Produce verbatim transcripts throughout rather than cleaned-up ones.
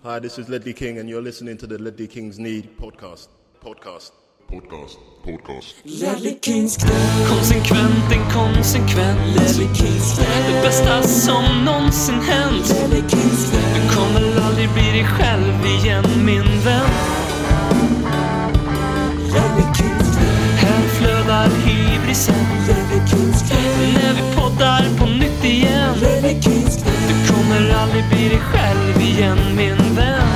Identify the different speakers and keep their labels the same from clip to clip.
Speaker 1: Hi, this is Ledley King and you're listening to the Ledley Kings Need podcast. Podcast. Podcast. Podcast.
Speaker 2: Ledley Kings knä.
Speaker 3: Konsekvent, inkonsekvent.
Speaker 2: Ledley Kings knä.
Speaker 3: Det bästa som någonsin hänt.
Speaker 2: Ledley Kings knä.
Speaker 3: Du kommer aldrig bli dig själv igen, min vän.
Speaker 2: Ledley Kings knä.
Speaker 3: Här flödar hybrisen.
Speaker 2: Ledley Kings knä.
Speaker 3: När vi poddar på nytt igen.
Speaker 2: Ledley Kings knä.
Speaker 3: Du kommer aldrig bli dig själv igen, min vän.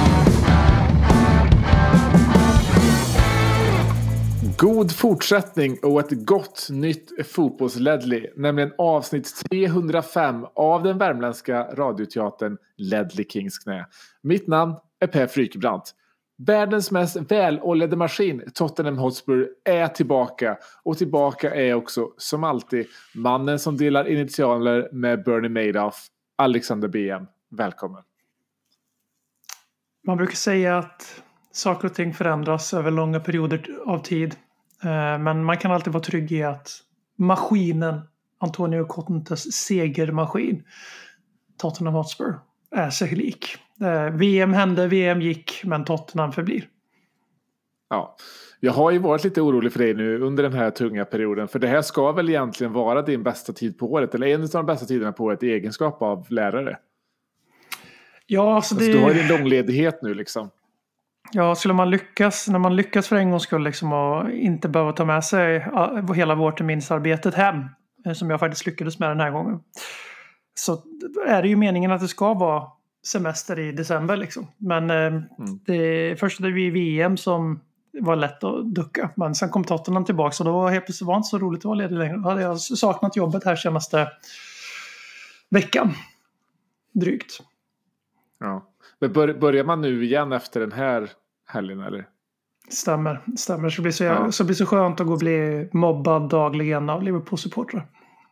Speaker 4: God fortsättning och ett gott nytt fotbolls-Ledley, nämligen avsnitt trehundrafem av den värmländska radioteatern Ledley Kings knä. Mitt namn är Per Frykebrandt. Världens mest väloljade maskin, Tottenham Hotspur, är tillbaka. Och tillbaka är också, som alltid, mannen som delar initialer med Bernie Madoff, Alexander B M. Välkommen.
Speaker 5: Man brukar säga att saker och ting förändras över långa perioder av tid. Men man kan alltid vara trygg i att maskinen, Antonio Contes segermaskin, Tottenham Hotspur, är sig lik. V M hände, V M gick, men Tottenham förblir.
Speaker 4: Ja, jag har ju varit lite orolig för dig nu under den här tunga perioden. För det här ska väl egentligen vara din bästa tid på året. Eller en av de bästa tiderna på året i egenskap av lärare.
Speaker 5: Ja, alltså det...
Speaker 4: alltså, du har ju din långledighet nu liksom.
Speaker 5: Ja, skulle man lyckas, när man lyckas för en gångs skull liksom, och inte behöva ta med sig hela vårterminsarbetet hem, som jag faktiskt lyckades med den här gången, så är det ju meningen att det ska vara semester i december liksom. Men eh, mm. det, först var det V M som var lätt att ducka, men sen kom Tottenham tillbaka och då helt plötsligt var det inte så roligt att vara ledig längre. Då hade jag saknat jobbet här senaste veckan drygt.
Speaker 4: Ja. Men bör, börjar man nu igen efter den här helgen eller?
Speaker 5: Stämmer, stämmer. Så blir så,
Speaker 4: ja.
Speaker 5: så blir så skönt att gå och bli mobbad dagligen av Liverpool-supportrar.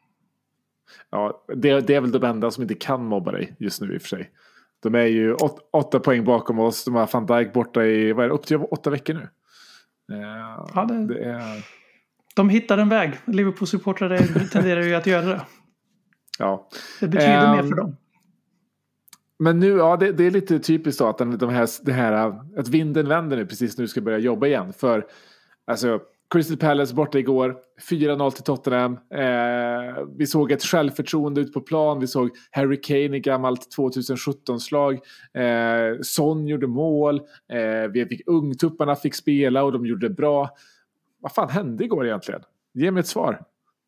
Speaker 4: Ja, det, det är väl de enda som inte kan mobba dig just nu i och för sig. De är ju åt, åtta poäng bakom oss. De har Van Dijk borta i vad är det, upp till åtta veckor nu. Uh,
Speaker 5: ja, det,
Speaker 4: det är... De
Speaker 5: hittar en väg. Liverpool-supportrar tenderar ju att göra det.
Speaker 4: Ja.
Speaker 5: Det betyder
Speaker 4: um,
Speaker 5: mer för dem.
Speaker 4: Men nu, ja, det, det är lite typiskt då att, de här, det här, att vinden vänder nu precis nu ska börja jobba igen. För alltså, Crystal Palace borta igår, fyra noll till Tottenham. Eh, vi såg ett självförtroende ut på plan. Vi såg Harry Kane i gammalt tjugohundrasjutton-slag. Eh, Son gjorde mål. Eh, vi fick ungtupparna fick spela och de gjorde bra. Vad fan hände igår egentligen? Ge mig ett svar.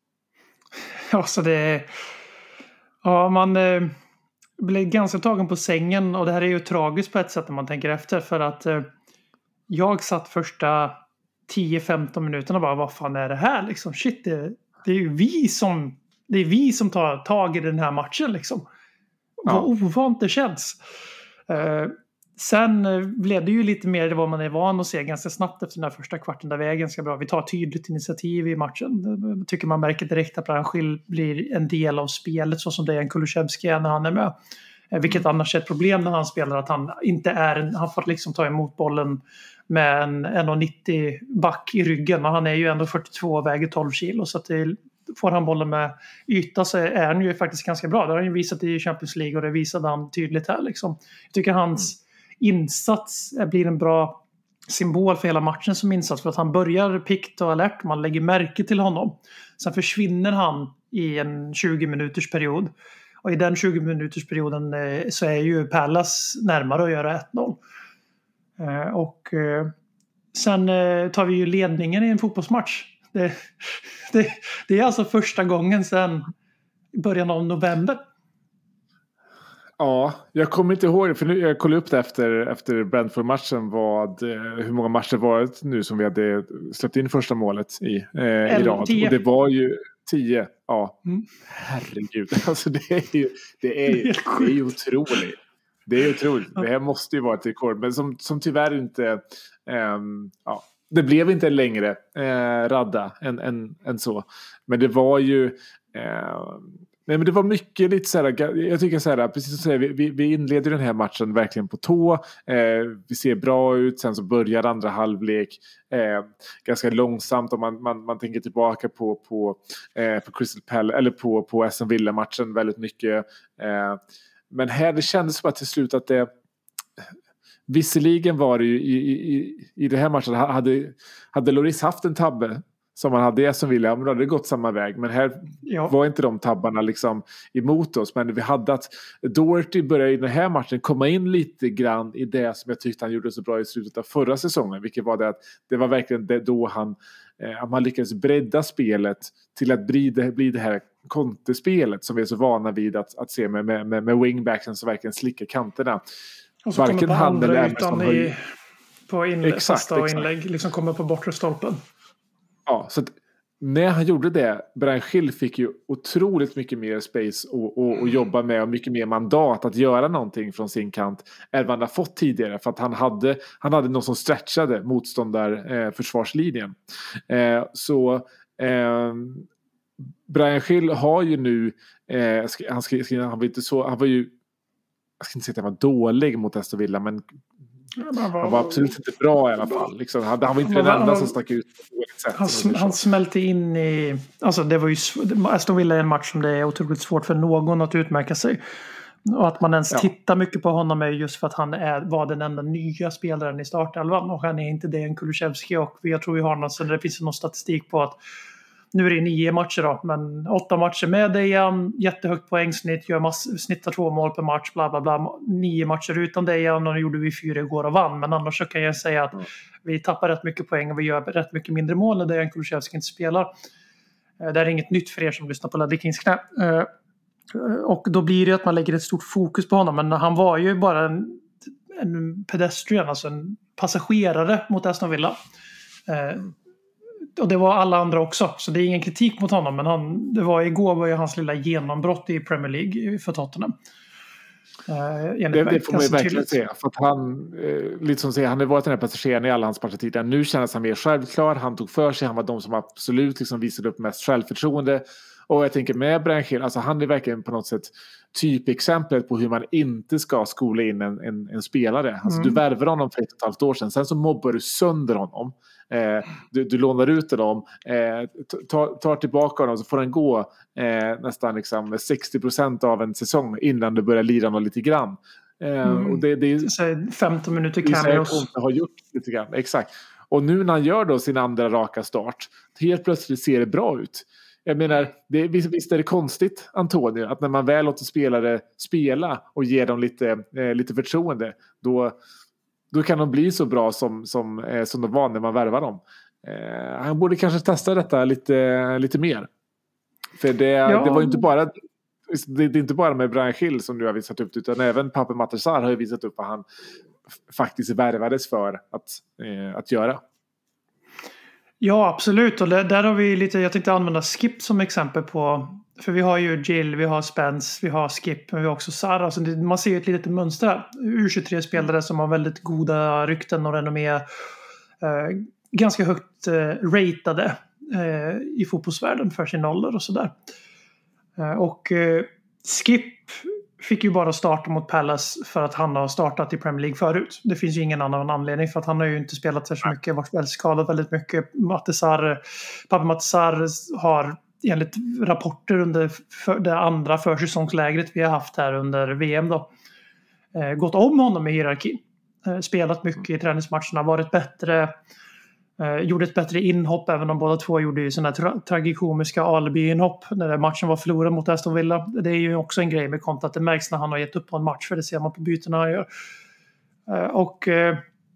Speaker 5: Ja, så det... Ja, man... Eh... blev ganska tagen på sängen, och det här är ju tragiskt på ett sätt när man tänker efter, för att eh, jag satt första tio femton minuterna och bara, vad fan är det här liksom? Shit, det, det är ju vi som det är vi som tar tag i den här matchen liksom. Ja. Vad ovant det känns. Eh, sen eh, blev det ju lite mer det vad man är van att se ganska snabbt efter den här första kvarten, där vi är ganska bra. Vi tar tydligt initiativ i matchen. Jag tycker man märker direkt att Branschil blir en del av spelet, så som det är en Kulusevski när han är med. Eh, vilket annars är ett problem när han spelar, att han inte är en, han får liksom ta emot bollen med en en komma nittio back i ryggen, och han är ju ändå fyrtiotvå och väger tolv kilo, så att det, får han bollen med yta så är han ju faktiskt ganska bra. Det har han ju visat i Champions League, och det visade han tydligt här liksom. Jag tycker hans mm. insats blir en bra symbol för hela matchen som insats, för att han börjar pikt och alert, man lägger märke till honom. Sen försvinner han i en tjugo minuters period, och i den tjugo minuters perioden eh, så är ju Palace närmare att göra ett noll. Eh, och eh, sen eh, tar vi ju ledningen i en fotbollsmatch. Det, det, det är alltså första gången sedan början av november.
Speaker 4: Ja, jag kommer inte ihåg, för nu, jag kollade upp det efter, efter Brentford-matchen vad, hur många matcher det varit nu som vi hade släppt in första målet i, eh, i rad.
Speaker 5: tio.
Speaker 4: Och det var ju tio, ja. Mm. Herregud, alltså det är ju, det är ju, det är ju otroligt. Det är ju otroligt, det här måste ju vara ett rekord, men som, som tyvärr inte, eh, ja, det blev inte längre eh, radda än, än, än så. Men det var ju... Eh, nej, men det var mycket lite så här... Jag tycker så här, precis som säger, vi, vi inleder den här matchen verkligen på tå. Eh, vi ser bra ut, sen så börjar andra halvlek. Eh, ganska långsamt, om man, man, man tänker tillbaka på, på, eh, på Crystal Palace, eller på, på Aston Villa-matchen väldigt mycket. Eh, men här, det kändes bara till slut att det... visserligen var det ju i, i, i det här matchen hade, hade Lloris haft en tabbe som man hade i Aston Villa, men då hade det gått samma väg. Men här ja. var inte de tabbarna liksom emot oss. Men vi hade att Doherty började i den här matchen komma in lite grann i det som jag tyckte han gjorde så bra i slutet av förra säsongen. Vilket var det att det var verkligen det då han, eh, han lyckades bredda spelet till att bli det, bli det här kontespelet som vi är så vana vid att, att se med, med, med wingbacksen som verkligen slickar kanterna.
Speaker 5: Och så kommer på andra utan i, på inlägg, exakt, och inlägg, liksom kommer på bortre stolpen.
Speaker 4: Ja, så att när han gjorde det, Bryan Gil fick ju otroligt mycket mer space och, och, och jobba med och mycket mer mandat att göra någonting från sin kant än vad han har fått tidigare, för att han hade, han hade någon som stretchade motståndar eh, försvarslinjen. Eh, så eh, Bryan Gil har ju nu eh, han, ska, han var inte så, han var ju, jag ska inte säga att han var dålig mot Aston Villa, men han var, han var absolut inte bra i alla fall. Liksom, han, han var inte den enda som stack ut på ett sätt.
Speaker 5: Han, sm- han smälte in i... Alltså det var ju... Aston Villa är en match som det är otroligt svårt för någon att utmärka sig. Och att man ens ja. tittar mycket på honom är just för att han är, var den enda nya spelaren i startelvan. Och han är inte det en Kulusevski. Och jag tror vi har något, så det finns någon statistik på att nu är det nio matcher då, men åtta matcher med Dejan, jättehögt poängsnitt, gör mass, snittar två mål per match, bla bla bla. Nio matcher utan Dejan, och nu gjorde vi fyra igår och vann. Men annars så kan jag säga att mm. vi tappar rätt mycket poäng och vi gör rätt mycket mindre mål när Dejan Kulusevski inte spelar. Det är inget nytt för er som lyssnar på Ledley Kings knä. Och då blir det att man lägger ett stort fokus på honom, men han var ju bara en, en pedestrian, alltså en passagerare mot Aston Villa. Och det var alla andra också, så det är ingen kritik mot honom, men han, det var igår var ju hans lilla genombrott i Premier League för Tottenham. Uh, det,
Speaker 4: det får man ju verkligen säga, för att han eh, lite som säger, han har varit den här passageraren i alla hans partitider. Nu känns han mer självklar, han tog för sig, han var de som absolut liksom visade upp mest självförtroende. Och jag tänker med Bryan Gil, alltså han är verkligen på något sätt typexemplet på hur man inte ska skola in en, en, en spelare. Alltså mm. du värvar honom för ett och ett halvt år sedan, sen så mobbar du sönder honom. Eh, du, du lånar ut dem, eh, tar, tar tillbaka honom, så får den gå eh, nästan liksom sextio procent av en säsong innan du börjar lira något lite grann. Eh,
Speaker 5: mm.
Speaker 4: och det, det
Speaker 5: är femton minuter cameos.
Speaker 4: Har gjort lite grann, exakt. Och nu när han gör då sin andra raka start, helt plötsligt ser det bra ut. Jag menar, det, visst är det konstigt, Antonio, att när man väl låter spelare spela och ger dem lite, eh, lite förtroende, då, då kan de bli så bra som, som, eh, som de var när man värvar dem. Eh, han borde kanske testa detta lite, lite mer. För det, ja. det var ju inte bara det, det är inte bara med Bryan Gil som du har visat upp, utan även Pape Matar Sarr har ju visat upp vad han f- faktiskt värvades för att, eh, att göra.
Speaker 5: Ja, absolut. Och där, där har vi lite, jag tänkte använda Skip som exempel på, för vi har ju Gill, vi har Spence, vi har Skip, men vi har också Sarr. Alltså det, man ser ju ett litet mönster här. U tjugotre-spelare som har väldigt goda rykten och renommé. Eh, ganska högt eh, ratade eh, i fotbollsvärlden för sin ålder och sådär. Eh, och eh, Skip fick ju bara starta mot Palace för att han har startat i Premier League förut. Det finns ju ingen annan anledning, för att han har ju inte spelat så mycket, varit väldigt skadad väldigt mycket. Matar Sarr, Pape Matar Sarr har enligt rapporter under för, det andra försäsongslägret vi har haft här under V M då, eh, gått om honom i hierarki. Eh, spelat mycket i träningsmatcherna, varit bättre, eh, gjorde ett bättre inhopp, även om båda två gjorde ju sådana tra- tragikomiska alibi-inhopp när matchen var förlorad mot Aston Villa. Det är ju också en grej med Conte, att det märks när han har gett upp på en match, för det ser man på bytena han gör. Eh, och eh,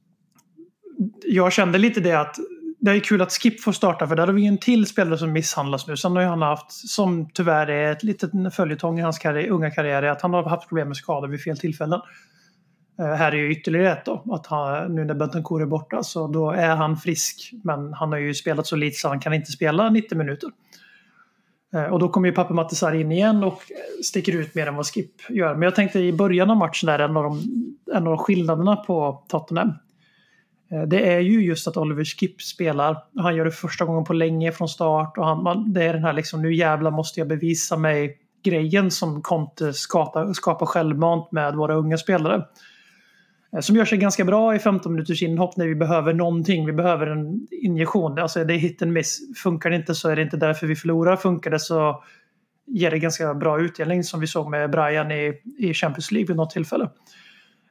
Speaker 5: jag kände lite det att det är kul att Skip får starta, för där har vi ju en till spelare som misshandlas nu. Sen har ju han haft, som tyvärr är ett litet följetong i hans karriär, unga karriär, att han har haft problem med skador vid fel tillfällen. Uh, här är ju ytterligare ett då, att han, nu när Bentancur är borta, så då är han frisk, men han har ju spelat så lite så han kan inte spela nittio minuter. Uh, och då kommer ju Pape Matar Sarr in igen och sticker ut mer än vad Skip gör. Men jag tänkte i början av matchen där, en av de, en av de skillnaderna på Tottenham, det är ju just att Oliver Skip spelar. Han gör det första gången på länge från start. Och han, man, det är den här liksom, nu jävla måste jag bevisa mig grejen som Conte skapar, skapar självmant med våra unga spelare. Som gör sig ganska bra i femton minuters inhopp när vi behöver någonting. Vi behöver en injektion. Alltså det är hit and miss. Funkar det inte så är det inte därför vi förlorar. Funkar det så ger det ganska bra utdelning, som vi såg med Brian i, i Champions League vid något tillfälle.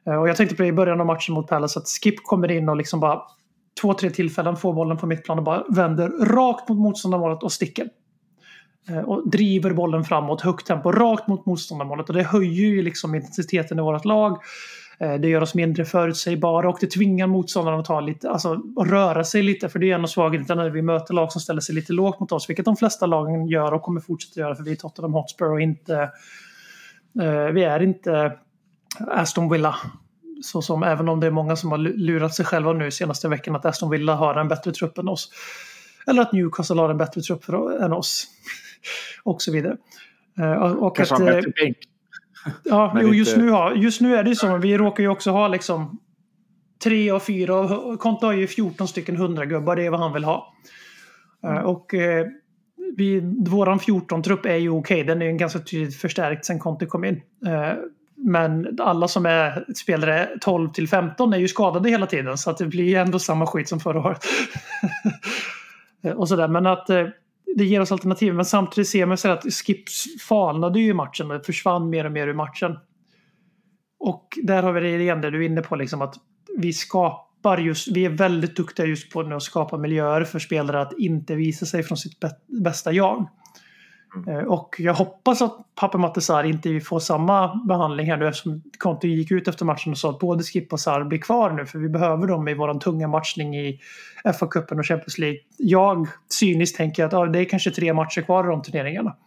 Speaker 5: Och jag tänkte på det i början av matchen mot Palace att Skip kommer in och liksom bara två, tre tillfällen får bollen på mittplan och bara vänder rakt mot motståndarmålet och sticker. Och driver bollen framåt, högt tempo, rakt mot motståndarmålet. Och det höjer ju liksom intensiteten i vårt lag. Det gör oss mindre förutsägbara och det tvingar motståndarna att ta lite, alltså att röra sig lite. För det är en av svagheten när vi möter lag som ställer sig lite lågt mot oss. Vilket de flesta lagen gör och kommer fortsätta göra för vi är Tottenham Hotspur och inte eh, vi är inte Aston Villa. Så som, även om det är många som har lurat sig själva nu senaste veckan att Aston Villa har en bättre trupp än oss. Eller att Newcastle har en bättre trupp för, än oss. Och så vidare. Och, och
Speaker 4: kanske
Speaker 5: att,
Speaker 4: har en bättre bänk.
Speaker 5: Ja,
Speaker 4: Men
Speaker 5: jo,
Speaker 4: inte...
Speaker 5: just, nu har, just nu är det ju så. Vi råkar ju också ha liksom tre och fyra. Och Conte har ju fjorton stycken hundra-gubbar. Det är vad han vill ha. Mm. Och eh, vi, våran fjorton-trupp är ju okej. Den är ju ganska tydligt förstärkt sen Conte kom in. Eh, men alla som är spelare tolv till femton är ju skadade hela tiden. Så att det blir ändå samma skit som förra året. och sådär. Men att... Eh, det ger oss alternativ, men samtidigt ser man så att Skips falnade ju i matchen och försvann mer och mer ur matchen. Och där har vi det igen där du är inne på liksom att vi skapar just, vi är väldigt duktiga just på att skapa miljöer för spelare att inte visa sig från sitt bästa jag. Mm. Och jag hoppas att Pape Sarr inte får samma behandling här nu eftersom Conte gick ut efter matchen och sa att både Skip och Sarr blir kvar nu för vi behöver dem i våran tunga matchning i F A-cupen och Champions League. Jag cyniskt tänker att ja, det är kanske tre matcher kvar i de turneringarna.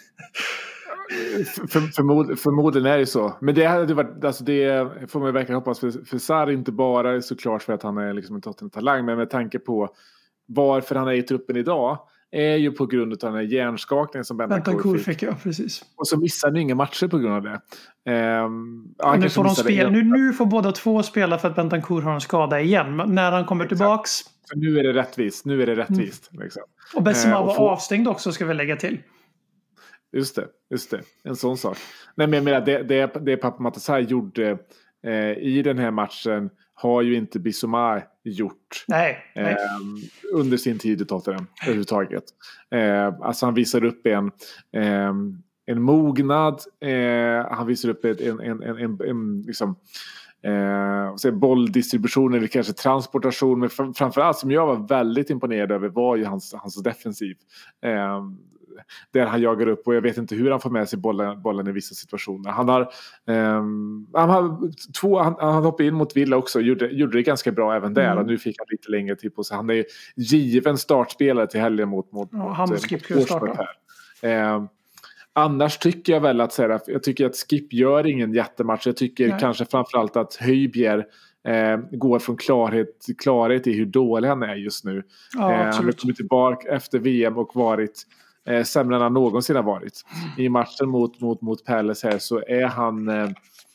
Speaker 4: För, förmod, förmodligen är det så. Men det hade varit, alltså det får man verkligen hoppas för, för Sarr inte bara såklart för att han är liksom en Tottenham-talang men med tanke på varför han är i truppen idag är ju på grund av den här hjärnskakningen som Bentancur fick.
Speaker 5: fick ja, precis.
Speaker 4: Och så missar han inga matcher på grund av det. Ehm,
Speaker 5: ja, nu, får de spela, nu, nu får båda två spela för att Bentancur har en skada igen. När han kommer Exakt. tillbaks...
Speaker 4: För nu är det rättvist. Nu är det rättvist. Mm. Liksom.
Speaker 5: Och Bessema
Speaker 4: ehm,
Speaker 5: var
Speaker 4: och få...
Speaker 5: avstängd också ska vi lägga till.
Speaker 4: Just det, just det. En sån sak. Nej, men jag menar, det, det, det Pape Sarr gjorde eh, i den här matchen har ju inte Bissouma gjort
Speaker 5: nej, nej.
Speaker 4: Eh, under sin tid i Tottenham överhuvudtaget. Eh, alltså han visar upp en, eh, en mognad, eh, han visar upp ett, en, en, en, en, en liksom, eh, bolldistribution eller kanske transportation, men framförallt som jag var väldigt imponerad över var ju hans, hans defensiv. Eh, där han jagar upp och jag vet inte hur han får med sig bollen, bollen i vissa situationer. Han har, um, han har två, han, han hoppade in mot Villa också och gjorde, gjorde det ganska bra även där. Mm. Och nu fick han lite längre tid på sig. Han är ju given startspelare till helgen mot, mot,
Speaker 5: ja,
Speaker 4: mot
Speaker 5: han mot Skip skulle starta.
Speaker 4: Um, annars tycker jag väl att säga, jag tycker att Skip gör ingen jättematch. Jag tycker Nej. kanske framförallt att Højbjerg Eh, går från klarhet till klarhet i hur dålig han är just nu.
Speaker 5: Ja,
Speaker 4: eh, han har kommit tillbaka efter V M och varit eh, sämre än han någonsin har varit. I matchen mot, mot, mot Palace här så är han eh,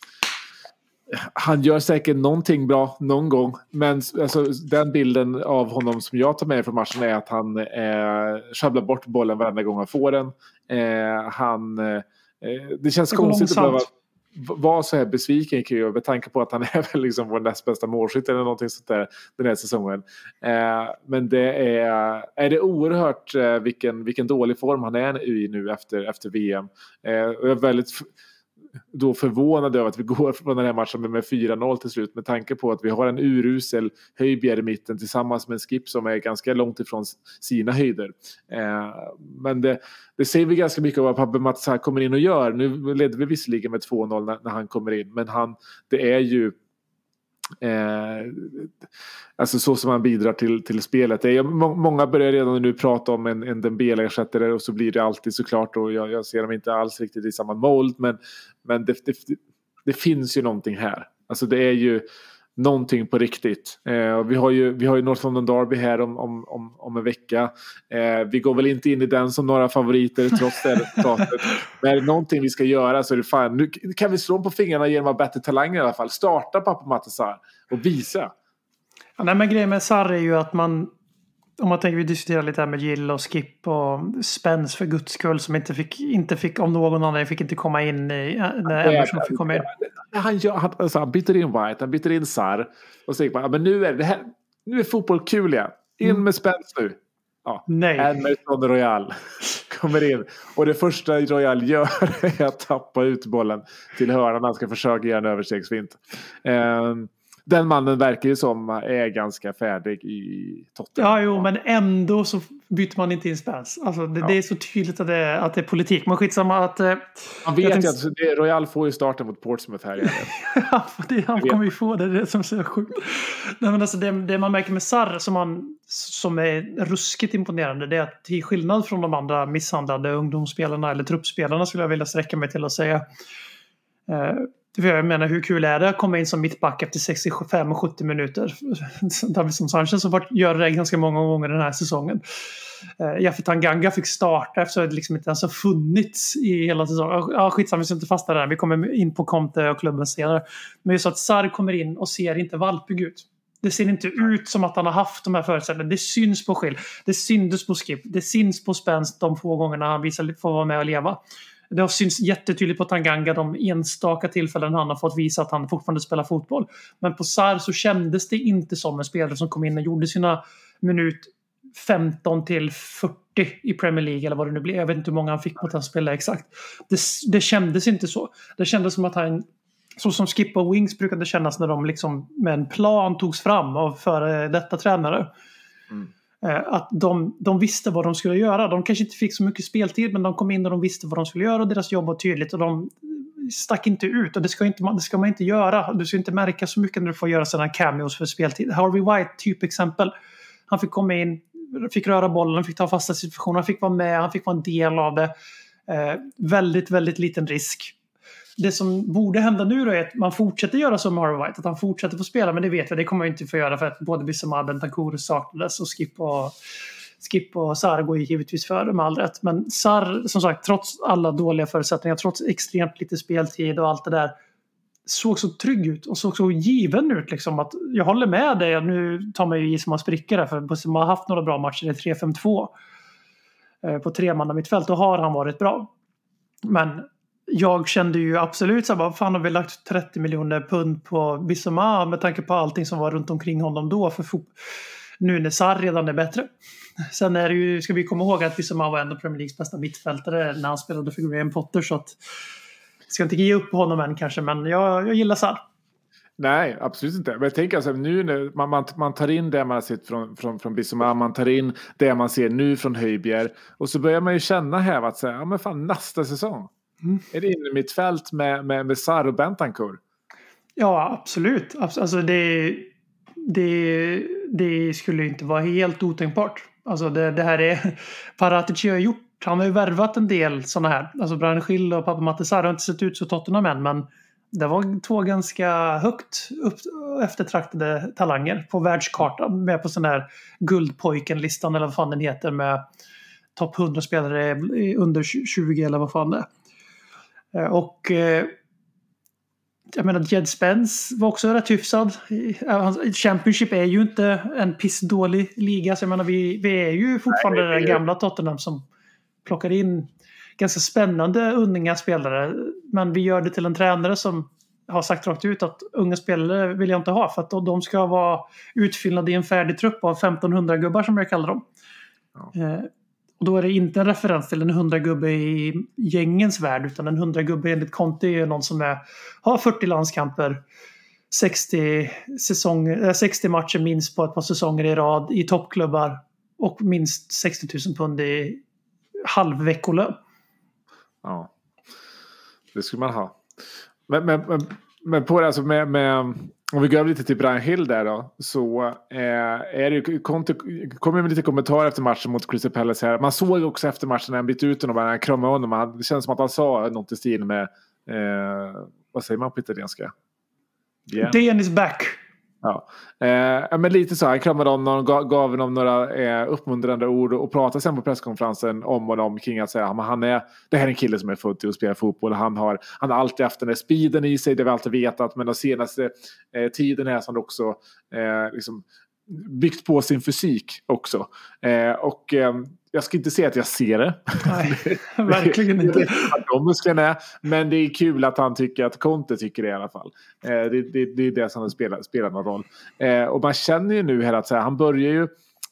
Speaker 4: han gör säkert någonting bra någon gång, men alltså, den bilden av honom som jag tar med från matchen är att han eh, sjabblar bort bollen varenda gång han får den. Eh, han eh, det känns det konstigt att behöva var så här besviken kan jag med tanke på att han är väl liksom vår näst bästa målskytt eller någonting sånt där den här säsongen. Eh, men det är är det oerhört eh, vilken vilken dålig form han är i nu efter efter V M. Eh, och jag är väldigt f- då förvånad över att vi går från den här matchen med, med fyra noll till slut med tanke på att vi har en urusel Højbjerg i mitten tillsammans med en Skip som är ganska långt ifrån sina höjder. Eh, men det, det säger vi ganska mycket av vad Pape Sarr kommer in och gör. Nu ledde vi visserligen med två noll när, när han kommer in, men han, det är ju Eh, alltså så som han bidrar till, till spelet. Det är, må, många börjar redan nu prata om en, en Dembele-ersättare och så blir det alltid såklart och jag, jag ser dem inte alls riktigt i samma mold men, men det, det, det finns ju någonting här. Alltså det är ju någonting på riktigt. Eh, vi har ju vi har ju North London Derby här om, om, om, om en vecka. Eh, vi går väl inte in i den som några favoriter trots det resultatet. Men är det någonting vi ska göra så är det fan. Nu kan vi slå på fingrarna genom att ha bättre talanger i alla fall. Starta Pape Sarr och visa.
Speaker 5: Ja, nej, men grejen med Sarr är ju att man om man tänker vi diskuterar lite här med Gill och Skip och Spence för guds skull som inte fick, inte fick om någon annan fick inte komma in i, när Emerson fick komma in.
Speaker 4: Han, gör, han, alltså, han byter in White, han byter in Sarr och säger bara, men nu är det här, nu är fotboll kul igen. In mm. med Spence nu. ja,
Speaker 5: Nej.
Speaker 4: Emerson Royal kommer in. Och det första Royal gör är att tappa ut bollen till hörnan. Han ska försöka göra en överstegsfint. Eh, den mannen verkar ju som är ganska färdig i Tottenham.
Speaker 5: Ja, jo, men ändå så byter man inte in Spence. Alltså, det,
Speaker 4: Ja.
Speaker 5: det är så tydligt att det är, att det är politik. Men skitsamma att... Eh,
Speaker 4: Man vet ju
Speaker 5: tänkte...
Speaker 4: att det, Royal får ju starten mot Portsmouth här igen.
Speaker 5: Ja, det, han kommer ju få det, det är det som är så sjukt. Nej, men alltså, det, det man märker med Sarr som, man, som är ruskigt imponerande, det är att till skillnad från de andra misshandlade ungdomsspelarna eller truppspelarna skulle jag vilja sträcka mig till att säga. Eh, för jag menar, hur kul är det att komma in som mittback efter sextiofem och sjuttio minuter? Davinson Sanchez har gör det ganska många gånger den här säsongen. Uh, Jaffe Tanganga fick starta efter att det liksom inte ens har funnits i hela säsongen. Ja, skitsamma, vi ska inte fasta där. Vi kommer in på Conte och klubben senare. Men just att Sarr kommer in och ser inte valpig ut. Det ser inte ut som att han har haft de här förutsättningarna. Det syns på Schill. Det syntes på Skip. Det syns på Spence de få gångerna han visar får vara med och leva. Det har synts jättetydligt på Tanganga de enstaka tillfällen han har fått visa att han fortfarande spelar fotboll. Men på Sarr så kändes det inte som en spelare som kom in och gjorde sina minut femton till fyrtio i Premier League eller vad det nu blev. Jag vet inte hur många han fick mot att spela exakt. Det, det kändes inte så. Det kändes som att han, så som Skip och Wings brukade kännas när de liksom med en plan togs fram av före detta tränare. Mm. Att de, de visste vad de skulle göra. De kanske inte fick så mycket speltid, men de kom in och de visste vad de skulle göra och deras jobb var tydligt och de stack inte ut. Och det ska, inte, det ska man inte göra. Du ska inte märka så mycket när du får göra sådana cameos för speltid. Harvey White, typ exempel. Han fick komma in, fick röra bollen, fick ta fasta situationer, han fick vara med, han fick vara en del av det. Eh, väldigt, väldigt liten risk. Det som borde hända nu då är att man fortsätter göra som Harvey White, att han fortsätter få spela, men det vet jag, det kommer jag inte få göra för att både Bissouma, Bentancur saknades och Skip och, Skip och Sarr går ju givetvis före med all rätt. Men Sarr, som sagt, trots alla dåliga förutsättningar, trots extremt lite speltid och allt det där, såg så trygg ut och såg så given ut liksom, att jag håller med dig. Nu tar man ju i som man spricker där, för Bissouma har haft några bra matcher i tre fem två eh, på tre man av mitt fält, då har han varit bra. Men jag kände ju absolut så här, vad fan har vi lagt trettio miljoner pund på Bissouma med tanke på allting som var runt omkring honom då, för fo- nu när Sarr redan är bättre. Sen är det ju, ska vi komma ihåg att Bissouma var ändå Premier Leagues bästa mittfältare när han spelade för Graham Potter, så att jag ska inte ge upp på honom än kanske, men jag, jag gillar Sarr.
Speaker 4: Nej, absolut inte. Men jag tänker alltså, nu när man, man, man tar in det man har sett från, från, från Bissouma, man tar in det man ser nu från Højbjerg, och så börjar man ju känna här att säga, ja men fan, nästa säsong. Mm. Är det inne i mitt fält med, med, med Sarr och Bentancur? Ja,
Speaker 5: absolut. Alltså det, det, det skulle inte vara helt otänkbart. Alltså det, det här är Paratici har gjort. Han har ju värvat en del sådana här. Alltså Brian Schill och pappa Matte Sarr har inte sett ut så Tottenham än, men det var två ganska högt upp, eftertraktade talanger på världskartan, med på sån här guldpojken-listan eller vad fan den heter, med topp hundra spelare under tjugo eller vad fan det är. Och eh, jag menar, Jed Spence var också rätt hyfsad. Championship är ju inte en pissdålig liga, så jag menar, vi, vi är ju fortfarande Nej, det, det gamla Tottenham som plockar in ganska spännande unga spelare, men vi gör det till en tränare som har sagt rakt ut att unga spelare vill jag inte ha, för att de ska vara utfyllnade i en färdig trupp av femtonhundra gubbar som jag kallar dem. Ja. Eh, Och då är det inte en referens till en hundra gubbe i gängens värld, utan en hundra gubbe enligt Conte är någon som är, har fyrtio landskamper, sextio, säsong, sextio matcher minst på ett par säsonger i rad i toppklubbar och minst sextio tusen pund i halvveckolön.
Speaker 4: Ja, det skulle man ha. Men, men, men, men på det, alltså med, med, om vi går lite till Brian Hill där då, så eh, är det ju, kommer med lite kommentarer efter matchen mot Crystal Palace här. Man såg också efter matchen när han bytte ut honom och han kramade honom. Det känns som att han sa något i stil med eh, vad säger man på italienska?
Speaker 5: Yeah. Dan is back.
Speaker 4: Ja, eh, men lite så. Han kramade honom, gav, gav honom några eh, uppmuntrande ord och pratade sen på presskonferensen om och om kring att säga att han är, det här är en kille som är född till att spela fotboll. Han har, han har alltid haft den där speeden i sig, det har vi alltid vetat, men den senaste eh, tiden här så har han också eh, liksom byggt på sin fysik också. Eh, och eh, jag ska inte säga att jag ser det.
Speaker 5: Nej, verkligen inte.
Speaker 4: De musklerna är, men det är kul att han tycker att Conte tycker det i alla fall. Eh, det, det, det är det som spelar, spelar någon roll. Eh, och man känner ju nu här att så här, han börjar ju,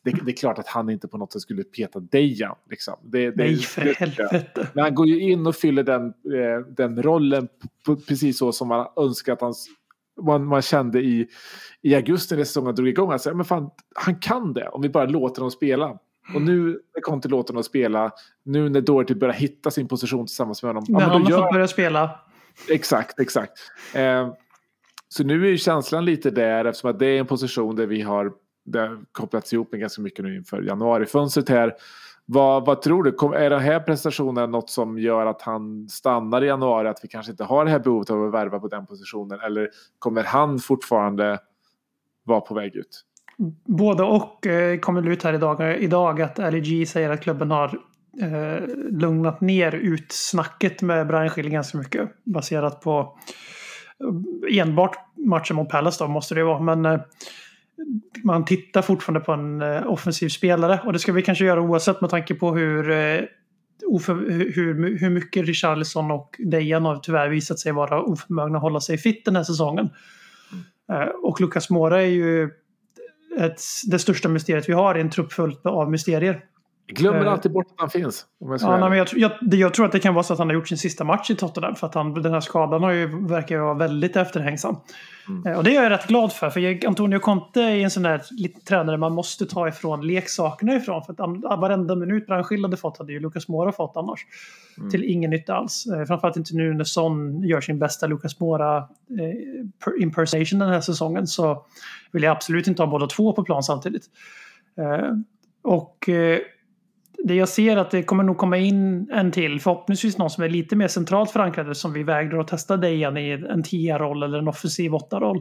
Speaker 4: det, det är klart att han inte på något sätt skulle peta Dejan. Liksom. Det, det,
Speaker 5: Nej, för
Speaker 4: det,
Speaker 5: helvete.
Speaker 4: Men han går ju in och fyller den, eh, den rollen på, precis så som man önskar att han, man, man kände i, i augusti när säsongen drog igång. Alltså, men fan, han kan det om vi bara låter honom spela. Och nu när Conte låter honom spela, nu när Doherty börjar hitta sin position tillsammans med honom.
Speaker 5: När
Speaker 4: ja,
Speaker 5: han har
Speaker 4: gör...
Speaker 5: fått börja spela.
Speaker 4: Exakt, exakt. Eh, så nu är ju känslan lite där, eftersom att det är en position där vi har där kopplats ihop med ganska mycket nu inför januarifönstret här. Vad, vad tror du? Kom, är den här prestationen något som gör att han stannar i januari, att vi kanske inte har det här behovet av att värva på den positionen, eller kommer han fortfarande vara på väg ut?
Speaker 5: Både och eh, kommer ut här idag, idag att L G säger att klubben har eh, lugnat ner utsnacket med Brian Schill ganska mycket, baserat på eh, enbart matchen mot Palace då, måste det vara, men eh, man tittar fortfarande på en eh, offensiv spelare, och det ska vi kanske göra oavsett med tanke på hur eh, oför, hur, hur mycket Richarlison och Dejan har tyvärr visat sig vara oförmögna att hålla sig fit den här säsongen. Eh, och Lucas Moura är ju ett, det största mysteriet vi har i en trupp fullt av mysterier.
Speaker 4: Jag glömmer
Speaker 5: uh,
Speaker 4: alltid bort att han finns. Om jag,
Speaker 5: ja, nej, men jag, jag, jag tror att det kan vara så att han har gjort sin sista match i Tottenham, för att han, den här skadan har ju, verkar ju vara väldigt efterhängsam. Mm. Uh, och det är jag rätt glad för, för jag, Antonio Conte är en sån där lite tränare man måste ta ifrån leksakerna ifrån, för att varenda minut Brian Schill hade fått hade ju Lucas Moura fått annars. Mm. Till ingen nytta alls. Uh, framförallt inte nu när Son gör sin bästa Lucas Moura uh, impersonation den här säsongen, så vill jag absolut inte ha båda två på plan samtidigt. Uh, och uh, det jag ser att det kommer nog komma in en till, förhoppningsvis någon som är lite mer centralt förankrade, som vi vägrar att testa det igen i en tio-roll eller en offensiv åtta-roll.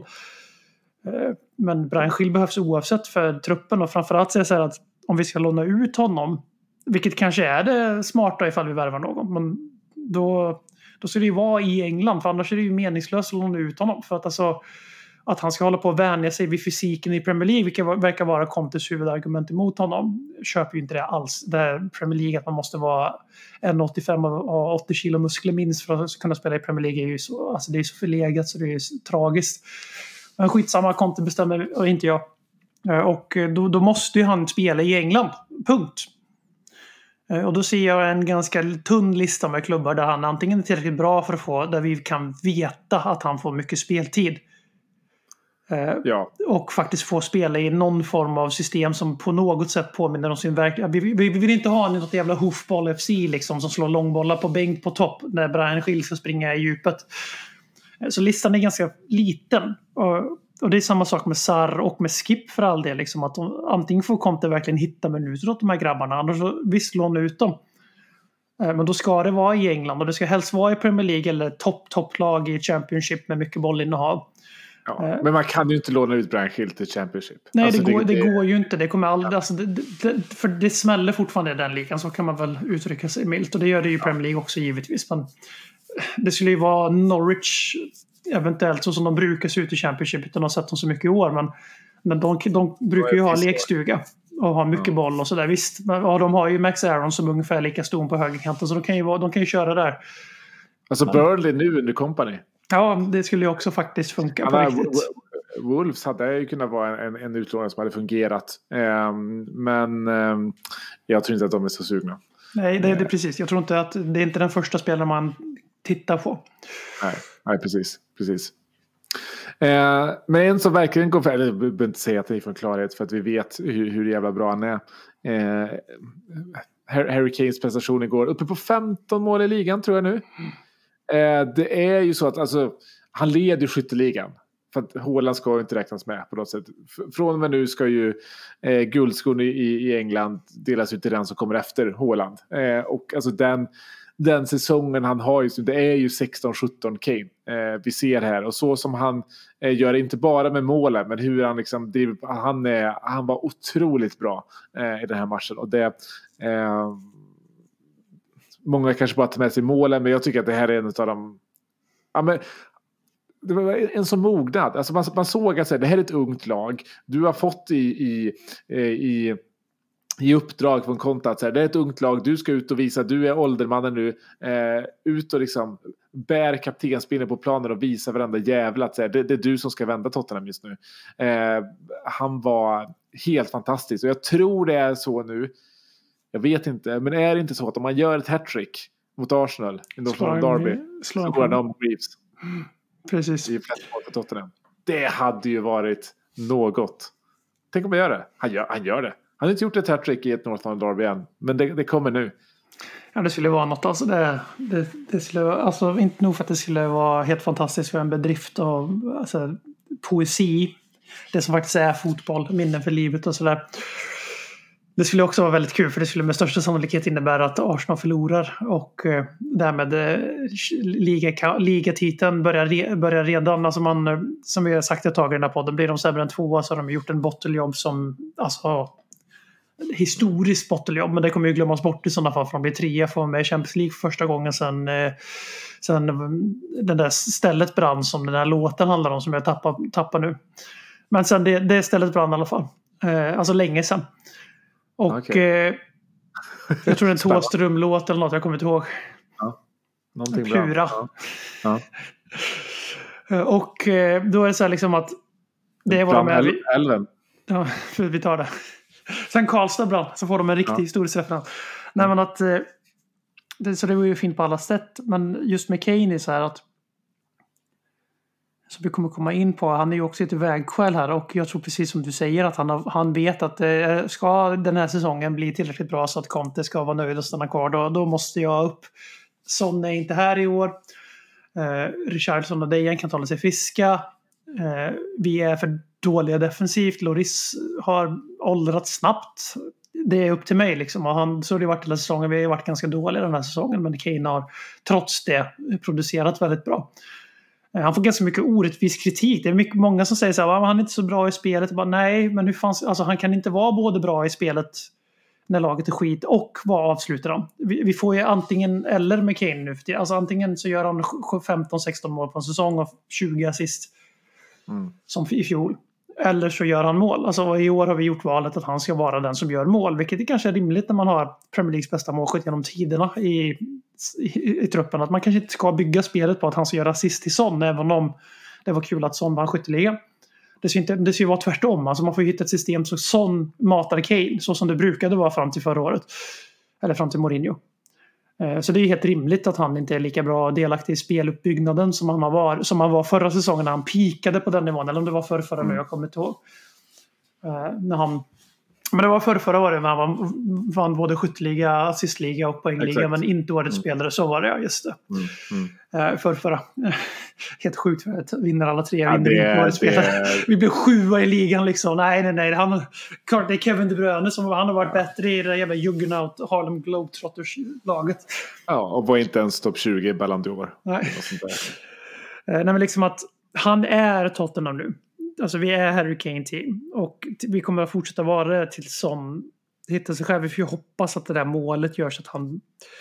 Speaker 5: Men Brian Schill behövs oavsett för truppen, och framförallt så är det så här att om vi ska låna ut honom, vilket kanske är det smarta ifall vi värvar någon, men då, då ska det ju vara i England, för annars är det ju meningslöst att låna ut honom, för att alltså att han ska hålla på att vänja sig vid fysiken i Premier League, vilket verkar vara Contes huvudargument emot honom, köper ju inte det alls. Det är Premier League, att man måste vara en åttiofem och ha åttio kilo muskler minst för att kunna spela i Premier League, är ju så, alltså det är så förlegat så det är tragiskt. Men skitsamma, Conte bestämmer och inte jag. Och då, då måste ju han spela i England. Punkt. Och då ser jag en ganska tunn lista med klubbar där han antingen är tillräckligt bra för att få, där vi kan veta att han får mycket speltid. Ja. Och faktiskt få spela i någon form av system som på något sätt påminner om sin verklighet. Vi, vi, vi vill inte ha något jävla hoofball F C liksom, som slår långbollar på bänk på topp när Brian Schill ska springa i djupet. Så listan är ganska liten. Och, och det är samma sak med Sarr och med Skip för all del. Liksom, att de, antingen får Conte verkligen hitta minuter åt de här grabbarna, annars så visst låna ut dem. Men då ska det vara i England, och det ska helst vara i Premier League eller topp topplag i Championship med mycket bollinnehav.
Speaker 4: Ja, men man kan ju inte låna ut Brian Schill till Championship.
Speaker 5: Nej,
Speaker 4: alltså,
Speaker 5: det, går,
Speaker 4: det,
Speaker 5: det går ju inte. Det kommer aldrig, ja. alltså, det, det, för det smäller fortfarande i den ligan, så kan man väl uttrycka sig milt. Och det gör det ju i Premier League också givetvis. Men det skulle ju vara Norwich eventuellt, så som de brukar se ut i Championship, utan att ha sett dem så mycket i år. Men, men de, de brukar ju ha lekstuga och ha mycket ja. boll och sådär. Visst, men, ja, de har ju Max Aaron som ungefär lika stor på högerkanten, så de kan ju, vara, de kan ju köra där.
Speaker 4: Alltså Burnley nu under Company.
Speaker 5: Ja, det skulle ju också faktiskt funka på
Speaker 4: ja,
Speaker 5: riktigt.
Speaker 4: Wolves hade ju kunnat vara en, en utlånare som hade fungerat. Um, men um, jag tror inte att de är så sugna.
Speaker 5: Nej, det är det precis. Jag tror inte att det är inte den första spelaren man tittar på.
Speaker 4: Nej, nej precis. precis. Uh, men en som verkligen går för... Eller jag behöver inte säga att det är från klarhet, för att vi vet hur, hur jävla bra han är. Uh, Harry Kanes prestation igår. Uppe på femton mål i ligan tror jag nu. Mm. Uh, det är ju så att alltså, han leder skytteligan. För att Haaland ska ju inte räknas med på något sätt. Från och med nu ska ju eh, guldskon i, i England delas ut till den som kommer efter Haaland. Eh, och alltså den, den säsongen han har just nu, det är ju sexton sjutton Kane. Eh, vi ser här. Och så som han eh, gör, inte bara med målen, men hur han liksom driver, han, är, han var otroligt bra eh, i den här matchen. Och det eh, många kanske bara tar med sig målen, men jag tycker att det här är en av de... Ja, men, det var en som mognad. Alltså man, man såg att det här är ett ungt lag. Du har fått i, i, i, i uppdrag från Conte att det är ett ungt lag. Du ska ut och visa. Du är åldermannen nu. Eh, ut och liksom bär kaptenspinnen på planen och visa varandra jävla att det, det är du som ska vända Tottenham just nu. Eh, han var helt fantastiskt. Och jag tror det är så nu. Jag vet inte. Men är det inte så att om man gör ett hattrick mot Arsenal i Northern Derby så går de Reeves.
Speaker 5: Precis.
Speaker 4: I Tottenham. Det hade ju varit något. Tänk om man gör det. Han gör, han gör det. Han har inte gjort ett hattrick i ett Northern Derby än. Men det, det kommer nu.
Speaker 5: Ja, det skulle vara något. Alltså det, det, det skulle, alltså inte nog för att det skulle vara helt fantastiskt för en bedrift och alltså, poesi. Det som faktiskt är fotboll, minnen för livet och sådär. Det skulle också vara väldigt kul för det skulle med största sannolikhet innebära att Arsenal förlorar och eh, därmed eh, liga, ligatiteln börjar, re, börjar redan, alltså man, som vi har sagt ett tag i den här podden, blir de sämre än tvåa så har de gjort en bottenjobb som, alltså historiskt bottenjobb, men det kommer ju glömmas bort i sådana fall för de blir trea för med Champions League för första gången sedan eh, sen den där stället brann som den här låten handlar om som jag tappar, tappar nu. Men sen det, det stället brann i alla fall. Eh, alltså länge sedan. Och okay. eh, jag tror det är en Thåström-låt eller något, jag kommer inte ihåg.
Speaker 4: Ja. Någonting
Speaker 5: Pura.
Speaker 4: Bra. Ja.
Speaker 5: Ja. Och eh, då är det så här liksom att det är vad de är.
Speaker 4: Älven.
Speaker 5: Ja, för vi tar det. Sen Karlstad brann, så får de en riktig ja. historisk referens. Nej, men att eh, det, så det var ju fint på alla sätt. Men just med Kane är så här att som vi kommer komma in på, han är ju också ett vägskäl här och jag tror precis som du säger att han, har, han vet att eh, ska den här säsongen bli tillräckligt bra så att Conte ska vara nöjd och stanna kvar, då, då måste jag upp. Son är inte här i år. Eh, Richarlison och Dejan kan tala sig friska. Eh, vi är för dåliga defensivt. Loris har åldrats snabbt. Det är upp till mig liksom. Och han, så har det varit hela säsongen. Vi har varit ganska dåliga den här säsongen, men Kane har trots det producerat väldigt bra. Han får ganska mycket orättvis kritik. Det är mycket, många som säger så här, han är inte så bra i spelet. Bara, nej, men hur fanns, alltså, han kan inte vara både bra i spelet när laget är skit och vad avslutar han. Vi, vi får ju antingen eller med Kane nu. Alltså antingen så gör han femton sexton mål på en säsong och tjugo assist mm. som i fjol. Eller så gör han mål. Alltså i år har vi gjort valet att han ska vara den som gör mål. Vilket är kanske är rimligt när man har Premier Leagues bästa målskytt genom tiderna i, i, i truppen. Att man kanske inte ska bygga spelet på att han ska göra assist till Son. Även om det var kul att Son vann skytteligan. Det ska, inte, det ska ju vara tvärtom. Alltså man får hitta ett system så Son matar Kane. Så som det brukade vara fram till förra året. Eller fram till Mourinho. Så det är helt rimligt att han inte är lika bra delaktig i speluppbyggnaden som han var, som han var förra säsongen när han pikade på den nivån. Eller om det var förra förra mm. nu, jag kommer inte ihåg. Uh, när han, men det var förra förra året när han vann, vann både skytteliga, assistliga och poängliga. Exakt. Men inte årets mm. spelare, så var det, ja just det. Mm. Mm. Uh, förra förra. Helt sjukt för att vinner alla tre. Ja, vinner det, årets det, spelare. Vi blev sjua i ligan liksom. Nej, nej, nej. Han, det är Kevin De Bruyne som han har varit ja. bättre i det jävla Juggernaut Harlem Globetrotters-laget.
Speaker 4: Ja, och var inte ens topp tjugo i Ballon d'Or.
Speaker 5: Nej. Nej, men liksom att han är Tottenham nu. Alltså vi är Harry Kane team. Och vi kommer att fortsätta vara det tills som hittar sig själv. Vi får ju hoppas att det där målet gör så att han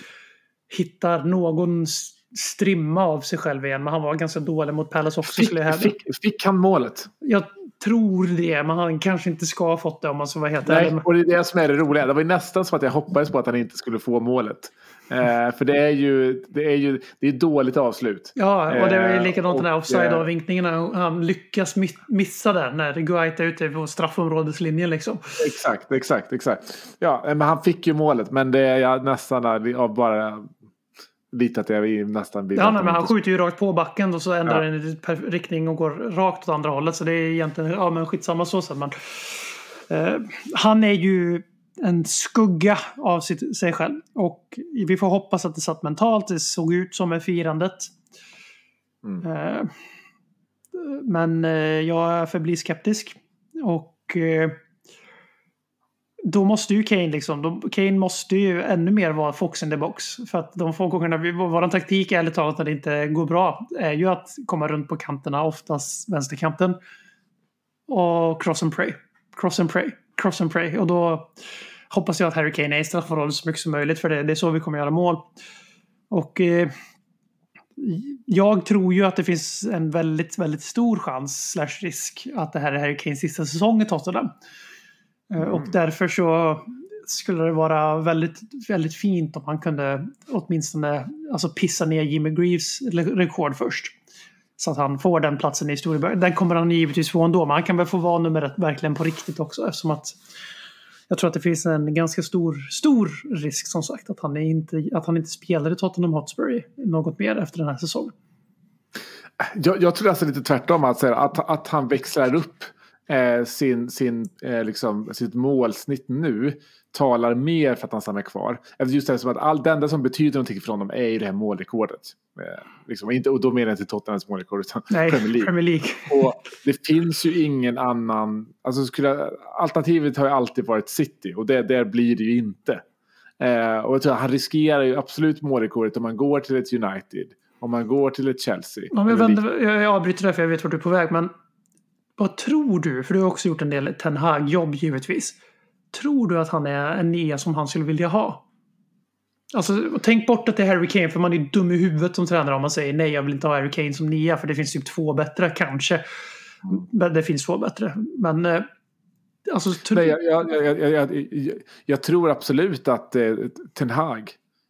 Speaker 5: hittar någon strimma av sig själv igen. Men han var ganska dålig mot Palace också.
Speaker 4: Fick, fick, fick han målet?
Speaker 5: Jag tror det, men han kanske inte ska ha fått det om man ska vara helt
Speaker 4: ärlig. Nej, och det är det som är det roliga. Det var ju nästan så att jag hoppades på att han inte skulle få målet. Eh, för det är ju det är ju det är dåligt avslut.
Speaker 5: Ja, och det är likadant eh, den här offside-avvinkningen. Han, han lyckas missa där när Guaita är ute på straffområdeslinjen liksom.
Speaker 4: Exakt, exakt, exakt. Ja, men han fick ju målet, men det är jag nästan av bara lite att jag är nästan
Speaker 5: ja, nej, men han skjuter ju rakt på backen och så ändrar ja. den i riktning och går rakt åt andra hållet, så det är egentligen ja men skitsamma så sen, men eh, han är ju en skugga av sitt, sig själv och vi får hoppas att det satt mentalt, det såg ut som ett firandet. Mm. Eh, men eh, jag förblir skeptisk och eh, då måste ju Kane liksom, då, Kane måste ju ännu mer vara fox in the box, för att de få gångerna vi, vår taktik ärligt talat när det inte går bra är ju att komma runt på kanterna, oftast vänsterkanten och cross and pray cross and pray, cross and pray och då hoppas jag att Harry Kane är i straffområdet så mycket som möjligt, för det, det är så vi kommer göra mål. Och eh, jag tror ju att det finns en väldigt, väldigt stor chans slash risk att det här är Harry Kanes sista säsong i Tottenham. Mm. Och därför så skulle det vara väldigt, väldigt fint om han kunde åtminstone alltså pissa ner Jimmy Greaves rekord först. Så att han får den platsen i historieböckerna. Den kommer han givetvis få ändå. Men han kan väl få vara nummer ett verkligen på riktigt också. Eftersom att jag tror att det finns en ganska stor, stor risk som sagt. Att han, är inte, att han inte spelar i Tottenham Hotspur något mer efter den här säsongen.
Speaker 4: Jag, jag tror alltså lite tvärtom. Att, att, att han växlar upp eh, sin, sin, eh, liksom, sitt målsnitt nu. Talar mer för att han stannar kvar. Efter just det som att all, det enda som betyder någonting för honom är ju det här målrekordet. Eh, liksom, inte, och då menar jag inte Tottenhams målrekord utan
Speaker 5: Nej,
Speaker 4: Premier League.
Speaker 5: Premier League.
Speaker 4: Och det finns ju ingen annan... Alltså skulle, alternativet har ju alltid varit City. Och det, där blir det ju inte. Eh, och jag tror att han riskerar ju absolut målrekordet om man går till ett United. Om man går till ett Chelsea.
Speaker 5: Om jag, vänder, jag avbryter det för jag vet vart du är på väg. Men vad tror du? För du har också gjort en del Ten Hag-jobb givetvis. Tror du att han är en nia som han skulle vilja ha? Alltså, tänk bort att det är Harry Kane. För man är dum i huvudet som tränare om man säger nej, jag vill inte ha Harry Kane som nia. För det finns typ två bättre, kanske. Men det finns två bättre. Men eh, alltså... Tr-
Speaker 4: nej, jag, jag, jag, jag, jag, jag, jag tror absolut att eh, Ten Hag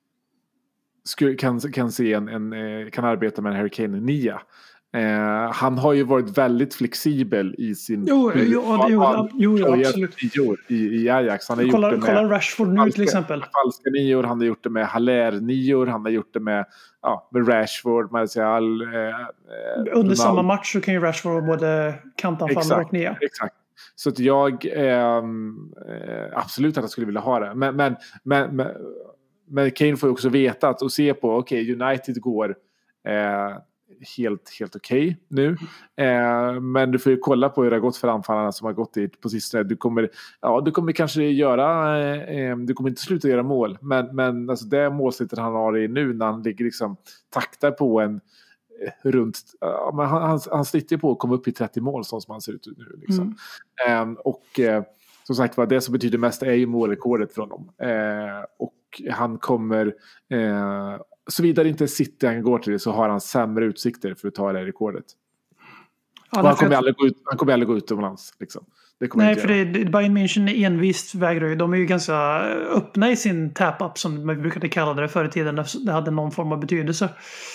Speaker 4: skulle, kan, kan, se en, en, eh, kan arbeta med en Harry Kane nia. Eh, han har ju varit väldigt flexibel i sin...
Speaker 5: Jo, jo, jo, jo, jo, jo absolut.
Speaker 4: I, i Ajax. Han har
Speaker 5: kolla,
Speaker 4: gjort det med
Speaker 5: kolla Rashford nu
Speaker 4: falska,
Speaker 5: till exempel.
Speaker 4: Falska nior, han har gjort det med Haller-nior, han har gjort det med, ja, med Rashford, Martial. Eh,
Speaker 5: Under
Speaker 4: Ronaldo.
Speaker 5: samma match så kan ju Rashford vara både kantanfallare och nia.
Speaker 4: Exakt. Så att jag eh, absolut att jag skulle vilja ha det. Men, men, men, men, men Kane får ju också veta att och se på, okej, okay, United går... Eh, helt, helt okej okay nu. Eh, men du får ju kolla på hur det har gått för anfallarna som har gått dit på sistone. Du kommer, ja, du kommer kanske göra eh, du kommer inte sluta göra mål. Men, men alltså det målsnittet han har i nu när han ligger liksom taktar på en eh, runt, ja, men han, han, han sliter på att komma upp i trettio mål så som han ser ut nu. Liksom. Mm. Eh, och eh, som sagt var, det som betyder mest är ju målrekordet från dem. Eh, och han kommer eh, såvida inte City han går till det så har han sämre utsikter för att ta det här rekordet. Ja, han, kommer aldrig gå ut, han kommer aldrig gå utomlands. Liksom. Det kommer
Speaker 5: nej,
Speaker 4: inte
Speaker 5: för det, det, Bayern München envist vägrar ju. De är ju ganska öppna i sin tap-up som man brukade kalla det förr i tiden. Det hade någon form av betydelse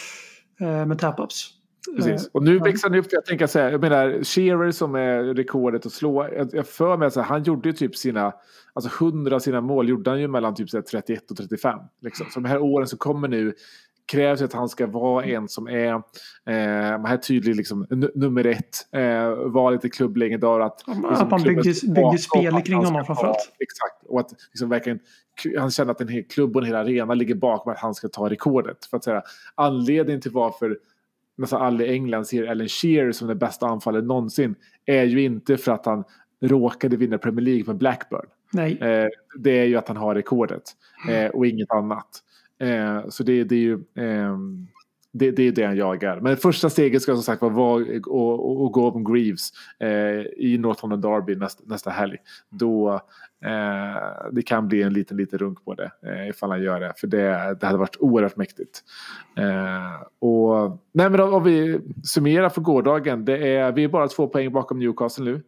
Speaker 5: eh, med tap-ups.
Speaker 4: Precis. Och nu växer han upp. Jag tänker så här, jag menar Shearer som är rekordet att slå. Jag, jag för mig att alltså, han gjorde ju typ sina alltså hundra av sina mål gjorde han ju mellan typ så här, trettioett och trettiofem liksom. Så de här åren som kommer nu krävs att han ska vara en som är eh, här tydlig liksom n- nummer ett eh, vara lite klubblegendar att,
Speaker 5: liksom, att man byggde, byggde spel kring honom framförallt.
Speaker 4: Exakt. Och att liksom verkligen han känner att en hel klubb och en hel arena ligger bakom att han ska ta rekordet. För att säga anledningen till varför nästan alla i England ser Alan Shearer som den bästa anfallaren någonsin är ju inte för att han råkade vinna Premier League med Blackburn.
Speaker 5: Nej.
Speaker 4: Eh, det är ju att han har rekordet eh, och inget annat. Eh, så det, det är ju eh, det, det är det han jagar. Men första steget ska som sagt vara att gå om Greaves eh, i North London Derby nästa, nästa helg. Då eh, det kan bli en liten liten runk på det eh, ifall han gör det. För det, det hade varit oerhört mäktigt. Eh, och nej, men om vi summerar för gårdagen, det är, vi är bara två poäng bakom Newcastle nu.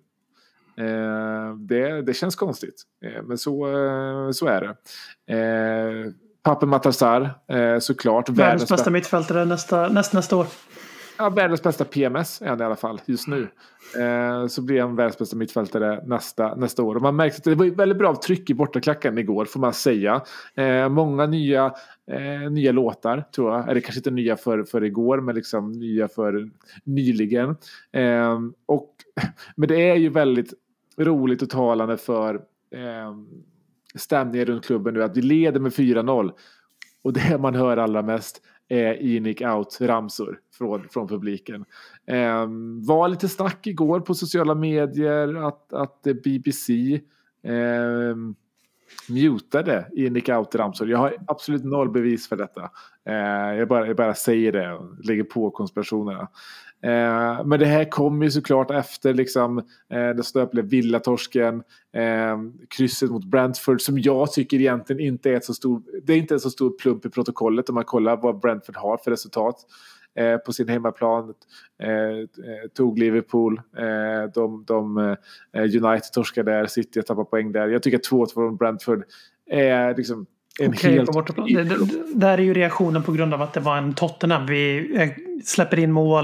Speaker 4: Eh, det, det känns konstigt. Eh, men så, eh, så är det. Eh, Pape Matar eh, såklart.
Speaker 5: Världens bästa mittfältare nästa, nästa, nästa år.
Speaker 4: Ja, världens bästa P M S är han i alla fall just nu. Eh, så blir han världens bästa mittfältare nästa, nästa år. Och man märkte att det var väldigt bra tryck i bortaklacken igår får man säga. Eh, många nya, eh, nya låtar tror jag. Eller kanske inte nya för, för igår men liksom nya för nyligen. Eh, och, men det är ju väldigt roligt och talande för eh, stämningen runt klubben nu att vi leder med fyra noll och det man hör allra mest är in out ramsor från, från publiken. Eh, var lite snack igår på sociala medier att, att B B C eh, mutade in out ramsor. Jag har absolut noll bevis för detta. Eh, jag, bara, jag bara säger det och lägger på konspirationerna. Eh, men det här kommer ju såklart efter liksom, eh, den stöpliga villatorsken eh, krysset mot Brentford som jag tycker egentligen inte är ett så stor det är inte en så stor plump i protokollet om man kollar vad Brentford har för resultat eh, på sin hemmaplan eh, tog Liverpool eh, de, de eh, United torskar där, City tappar poäng där. Jag tycker att två två från Brentford är liksom en
Speaker 5: Okej,
Speaker 4: helt...
Speaker 5: på bortaplan. Det, det, där är ju reaktionen på grund av att det var en Tottenham. Vi släpper in mål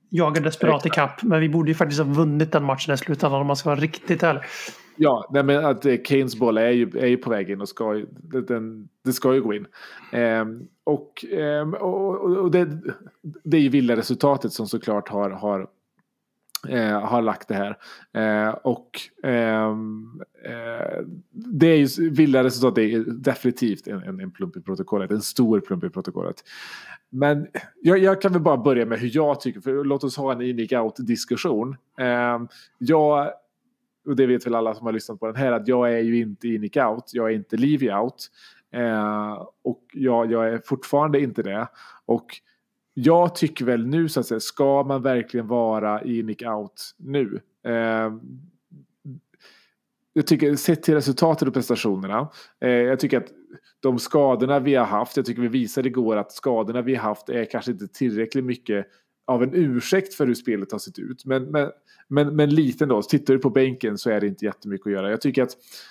Speaker 5: jagar desperat i kapp. Men vi borde ju faktiskt ha vunnit den matchen i slutändan om man ska vara riktigt ärlig.
Speaker 4: Ja, nej, men att eh, Kanes boll är ju, är ju på väg in och ska, den, det ska ju gå in. Ehm, och ehm, och, och det, det är ju Villa-resultatet som såklart har, har, eh, har lagt det här. Eh, och ehm, eh, det är ju Villa-resultatet är definitivt en, en, en plump i protokollet, en stor plump i protokollet. Men jag, jag kan väl bara börja med hur jag tycker, för låt oss ha en in-out-diskussion. Ehm, jag och det vet väl alla som har lyssnat på den här, att jag är ju inte in out, jag är inte leave out. Eh, och jag, jag är fortfarande inte det. Och jag tycker väl nu så att säga, ska man verkligen vara in out nu? Eh, jag tycker, sett till resultatet och prestationerna, eh, jag tycker att de skadorna vi har haft, jag tycker vi visade igår att skadorna vi har haft är kanske inte tillräckligt mycket av en ursäkt för hur spelet har sett ut. Men, men, men, men liten då, tittar du på bänken så är det inte jättemycket att göra. Jag tycker att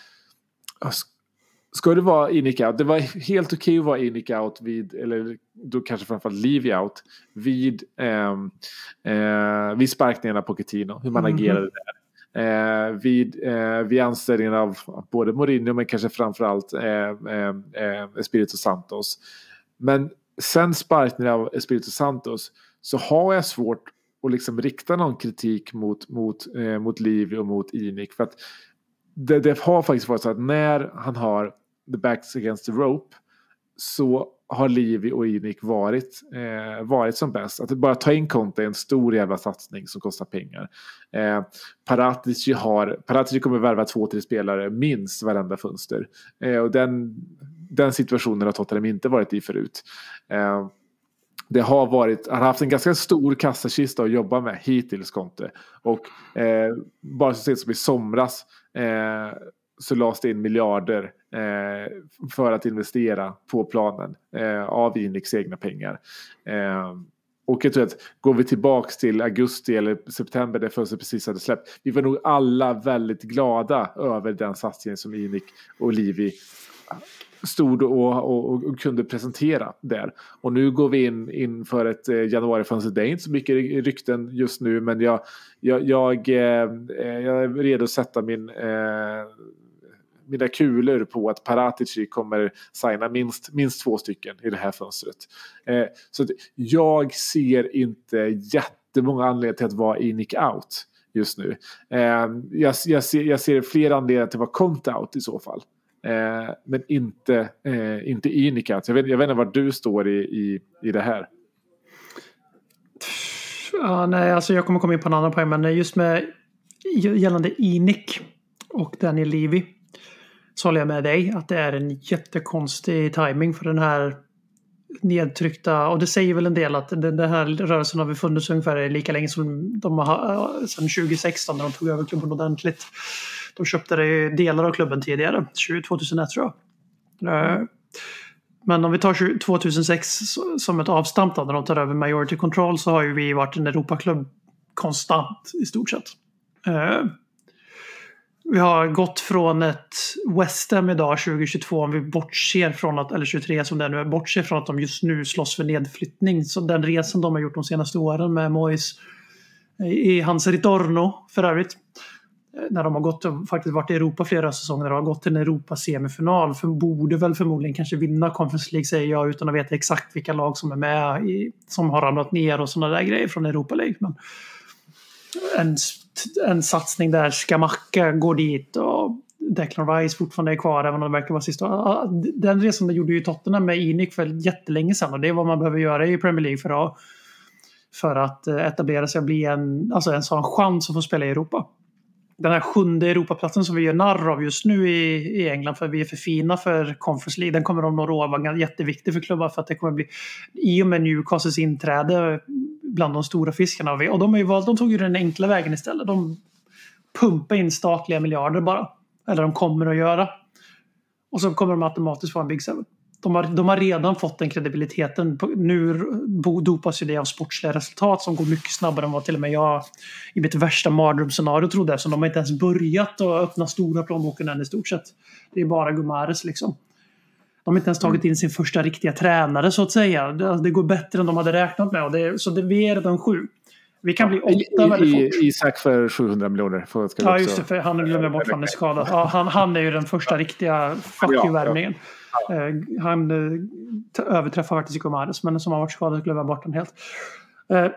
Speaker 4: ska det vara in-out, det var helt okej att vara in-out vid, eller då kanske framförallt leave-out vid, eh, eh, vid sparkningarna på Coutinho, hur man mm. agerade där. Eh, vid, eh, vid anställningen av både Mourinho men kanske framförallt eh, eh, eh, Espirito Santos. Men sen sparkningen av Espirito Santos så har jag svårt att liksom rikta någon kritik mot, mot, eh, mot Livi och mot Inik. För att det, det har faktiskt varit så att när han har the backs against the rope så har Livi och Inik varit, eh, varit som bäst. Att bara ta in Conte är en stor jävla satsning som kostar pengar. Eh, Paratici har Paratici kommer värva två, tre spelare minst varenda fönster. Eh, och den, den situationen har Tottenham inte varit i förut. Eh, Det har varit, han har haft en ganska stor kassakista att jobba med hittills, Conte. Och eh, bara så sent som i somras eh, så lades det in miljarder eh, för att investera på planen eh, av Iniks egna pengar. Eh, och jag tror att går vi tillbaks till augusti eller september, det först precis hade släppt, vi var nog alla väldigt glada över den satsningen som Inik och Livi stod och, och, och kunde presentera där. Och nu går vi in inför ett eh, januarifönster. Det är inte så mycket rykten just nu, men jag, jag, jag, eh, jag är redo att sätta min, eh, mina kulor på att Paratici kommer signa minst, minst två stycken i det här fönstret. Eh, så att jag ser inte jättemånga anledningar till att vara in out just nu. Eh, jag, jag, ser, jag ser fler anledningar till att vara count out i så fall. Eh, men inte, eh, inte in-out. Jag vet, jag vet inte var du står i, i, i det här.
Speaker 5: Ja, nej, alltså jag kommer komma in på en annan poäng, men just med gällande Inik och Daniel Levy så håller jag med dig att det är en jättekonstig timing för den här nedtryckta, och det säger väl en del att den här rörelsen har vi funnits ungefär lika länge som de har sedan tjugo sexton när de tog över klubben ordentligt. De köpte det ju delar av klubben tidigare, tjugohundraett tror jag. Men om vi tar tjugohundrasex som ett avstamp när de tar över majority control, så har ju vi varit en Europaklubb konstant i stort sett. Vi har gått från ett West Ham idag tjugohundratjugotvå, om vi bortser från att, eller tjugotre som det är nu, bortser från att de just nu slåss för nedflyttning. Så den resan de har gjort de senaste åren med Moyes i hans ritorno för övrigt, när de har gått och faktiskt varit i Europa flera säsonger och har gått till en Europa-semifinal, för borde väl förmodligen kanske vinna Conference League, säger jag, utan att veta exakt vilka lag som är med i, som har ramlat ner och sådana där grejer från Europa League. Men en, en satsning där Skamacka går dit och Declan Rice fortfarande är kvar, även om det verkar vara sista. Den resan gjorde ju Tottenham med Inik för jättelänge sedan, och det är vad man behöver göra i Premier League för att, för att etablera sig och bli en, alltså en sån chans att få spela i Europa. Den här sjunde Europaplatsen som vi gör narr av just nu i, i England, för vi är för fina för Conference League, den kommer om några år vara jätteviktig för klubbar, för att det kommer bli, i och med Newcastles inträde bland de stora fiskarna, och de, har ju valt, de tog ju den enkla vägen istället. De pumpar in statliga miljarder bara, eller de kommer att göra, och så kommer de automatiskt få en Big Seven. De har, de har redan fått den kredibiliteten. Nu dopas ju det av sportsliga resultat som går mycket snabbare än vad till och med jag i mitt värsta mardrömsscenario trodde, eftersom de har inte ens börjat att öppna stora plånboken än i stort sett. Det är bara Gumares liksom. De har inte ens tagit in sin första riktiga tränare så att säga. Det, det går bättre än de hade räknat med. Och det, så det, vi är redan sju. Vi kan bli åtta
Speaker 4: I,
Speaker 5: väldigt
Speaker 4: i,
Speaker 5: fort.
Speaker 4: Isak för sjuhundra miljoner. För, ska vi
Speaker 5: Ja,
Speaker 4: också-
Speaker 5: just det. För han glömde bort han är skadad. Ja, han, han är ju den första riktiga fuck you-värvningen. Eh, han eh, t- överträffar faktiskt Gomares, men som har varit skadad glömmer bort den helt. Eh,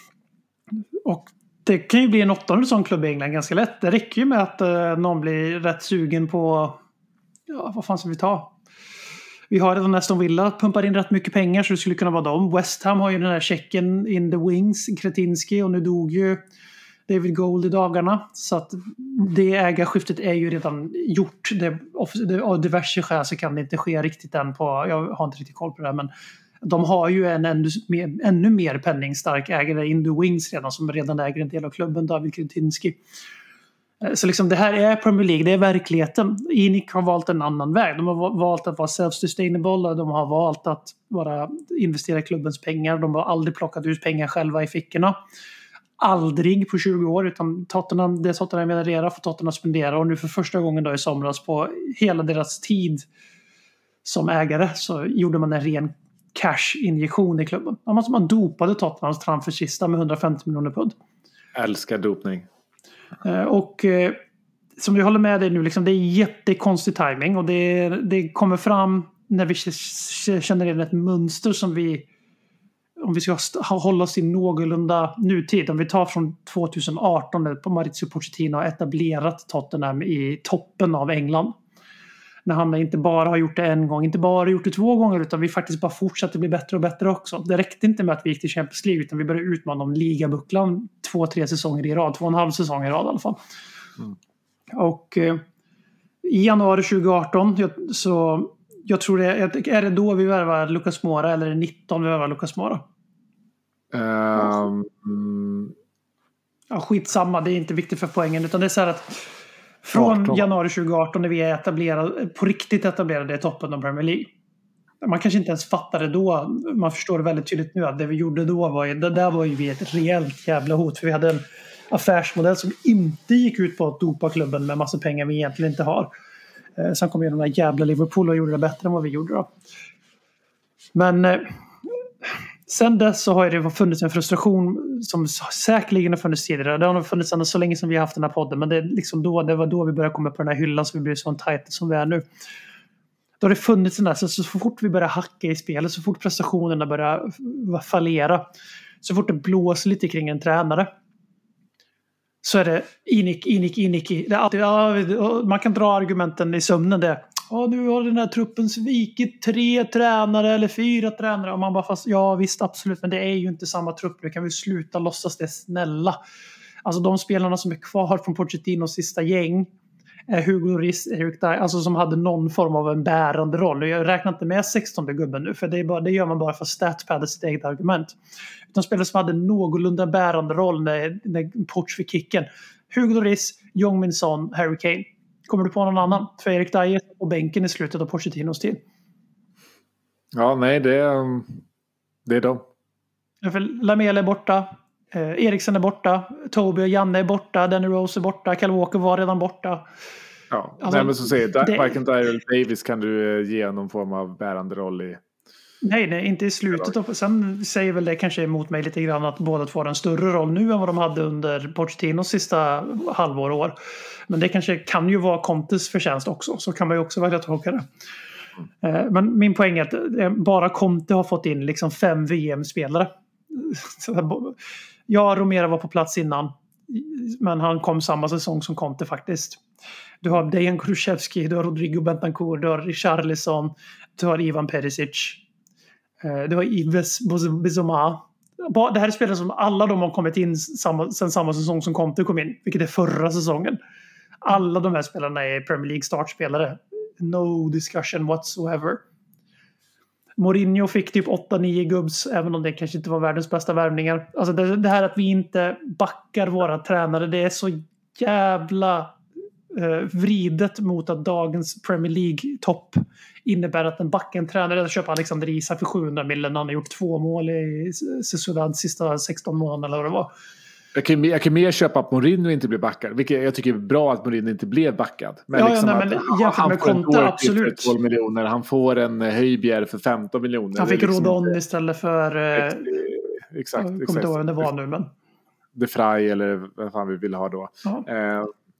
Speaker 5: och det kan ju bli en åttonde sån klubb i England ganska lätt. Det räcker ju med att eh, någon blir rätt sugen på... Ja, vad fan ska vi ta? Vi har redan Aston Villa, pumpar in rätt mycket pengar så det skulle kunna vara dem. West Ham har ju den här checken in the wings, Kretinsky, och nu dog ju David Gold i dagarna. Så att det ägarskiftet är ju redan gjort. Det, det, av diverse skäl så kan det inte ske riktigt än på, jag har inte riktigt koll på det här, men de har ju en ännu mer, ännu mer penningstark ägare in the wings redan, som redan äger en del av klubben, David Kretinsky. Så liksom det här är Premier League, det är verkligheten. Inic har valt en annan väg. De har valt att vara self-sustainable, de har valt att bara investera i klubbens pengar. De har aldrig plockat ut pengar själva i fickorna. Aldrig på tjugo år, utan Tottenham, det Tottenham genererar får Tottenham spendera, och nu för första gången då i somras på hela deras tid som ägare så gjorde man en ren cash-injektion i klubben. Alltså man dopade Tottenhams transferkista med hundrafemtio miljoner pund.
Speaker 4: Älskar dopning.
Speaker 5: Och eh, som vi håller med dig nu, liksom, det är jättekonstig timing, och det, det kommer fram när vi känner igen ett mönster som vi, om vi ska hålla oss i någorlunda nutid, om vi tar från tjugoarton när på Maurizio Pochettino har etablerat Tottenham i toppen av England. När han inte bara har gjort det en gång, inte bara gjort det två gånger, utan vi faktiskt bara fortsatte bli bättre och bättre också. Det räckte inte med att vi gick till Champions League, utan vi började utmana om ligabucklan två, tre säsonger i rad, två och en halv säsong i rad i alla fall. Mm. Och eh, i januari tjugoarton jag, så jag tror det är, är det då vi värvar Lucas Moura, eller är det nitton vi värvar Lucas Moura?
Speaker 4: Um, mm.
Speaker 5: Ja, skitsamma, det är inte viktigt för poängen, utan det är så här att från arton januari tjugoarton när vi är etablerade, på riktigt etablerade i toppen av Premier League. Man kanske inte ens fattar det då. Man förstår det väldigt tydligt nu att det vi gjorde då var ju, det där var ju vi ett rejält jävla hot. För vi hade en affärsmodell som inte gick ut på att dopa klubben med massa pengar vi egentligen inte har. Eh, sen kom ju de där jävla Liverpool och gjorde det bättre än vad vi gjorde då. Men eh, sen dess så har det funnits en frustration som säkerligen har funnits tidigare. Det har nog funnits så länge som vi har haft den här podden. Men det, är liksom då, det var då vi började komma på den här hyllan så vi blev så en tight som vi är nu. Då har det funnits den där, så, så fort vi börjar hacka i spelet, så fort prestationerna börjar fallera, så fort det blåser lite kring en tränare, så är det inik, inik, inik. Det är alltid, ja, man kan dra argumenten i sömnen det. Ja, nu har den här truppen svikit tre tränare eller fyra tränare. Och man bara, fast, ja visst, absolut, men det är ju inte samma trupp. Nu kan vi sluta låtsas det, snälla. Alltså de spelarna som är kvar från Pochettinos sista gäng är Hugo Lloris, Eric Dyer, alltså som hade någon form av en bärande roll. Jag räknar inte med sextonde gubben nu, för det, är bara, det gör man bara för att statspadda sitt eget argument. Utan spelare som hade någorlunda bärande roll när, när Poch fick kicken. Hugo Lloris, Jong Min Son, Harry Kane. Kommer du på någon annan? För Eric Dyer på bänken i slutet av Pochettinos tid.
Speaker 4: Ja, nej, det är, det är de.
Speaker 5: För Lamela är borta. Eh, Eriksen är borta. Toby och Janne är borta. Danny Rose är borta. Kyle Walker var redan borta.
Speaker 4: Ja,
Speaker 5: alltså,
Speaker 4: nej, men så säger
Speaker 5: det,
Speaker 4: varken Dyer eller Davis kan du ge någon form av bärande roll i.
Speaker 5: Nej, nej, inte i slutet. Och sen säger väl det kanske emot mig lite grann att båda två har en större roll nu än vad de hade under Pochettinos sista halvår och år. Men det kanske kan ju vara Contes förtjänst också. Så kan man ju också välja att tolka det. Mm. Men min poäng är att bara Conte har fått in liksom fem V M-spelare. Ja, Romero var på plats innan. Men han kom samma säsong som Conte faktiskt. Du har Dejan Kulusevski, du har Rodrigo Bentancur, du har Richarlison, du har Ivan Perisic. Det var Yves Bissouma. Det här är spelare som alla de har kommit in samma, sen samma säsong som Conte kom in. Vilket är förra säsongen. Alla de här spelarna är Premier League startspelare. No discussion whatsoever. Mourinho fick typ åtta nio gubbs. Även om det kanske inte var världens bästa värvningar. Alltså det, det här att vi inte backar våra tränare. Det är så jävla eh, vridet mot att dagens Premier League-topp innebär att en backen tränare köper Alexander Isak för sjuhundra miljoner. Han har gjort två mål i Sociedad sista sexton månaderna eller vad det var.
Speaker 4: Jag kan, jag kan mer köpa att Mourinho inte blir backad. Vilket jag tycker är bra att Mourinho inte blev backad. Men
Speaker 5: ja,
Speaker 4: liksom
Speaker 5: ja, nej,
Speaker 4: att
Speaker 5: men
Speaker 4: han, han
Speaker 5: med
Speaker 4: får en
Speaker 5: Conte, absolut.
Speaker 4: för tolv miljoner. Han får en Höjbjer för femton miljoner.
Speaker 5: Han fick
Speaker 4: liksom
Speaker 5: Rodon
Speaker 4: inte...
Speaker 5: istället för... Eh,
Speaker 4: exakt,
Speaker 5: jag kommer
Speaker 4: exakt.
Speaker 5: inte ihåg vem det var nu, men...
Speaker 4: De Vrij eller vad fan vi vill ha då.
Speaker 5: Ja.
Speaker 4: Eh,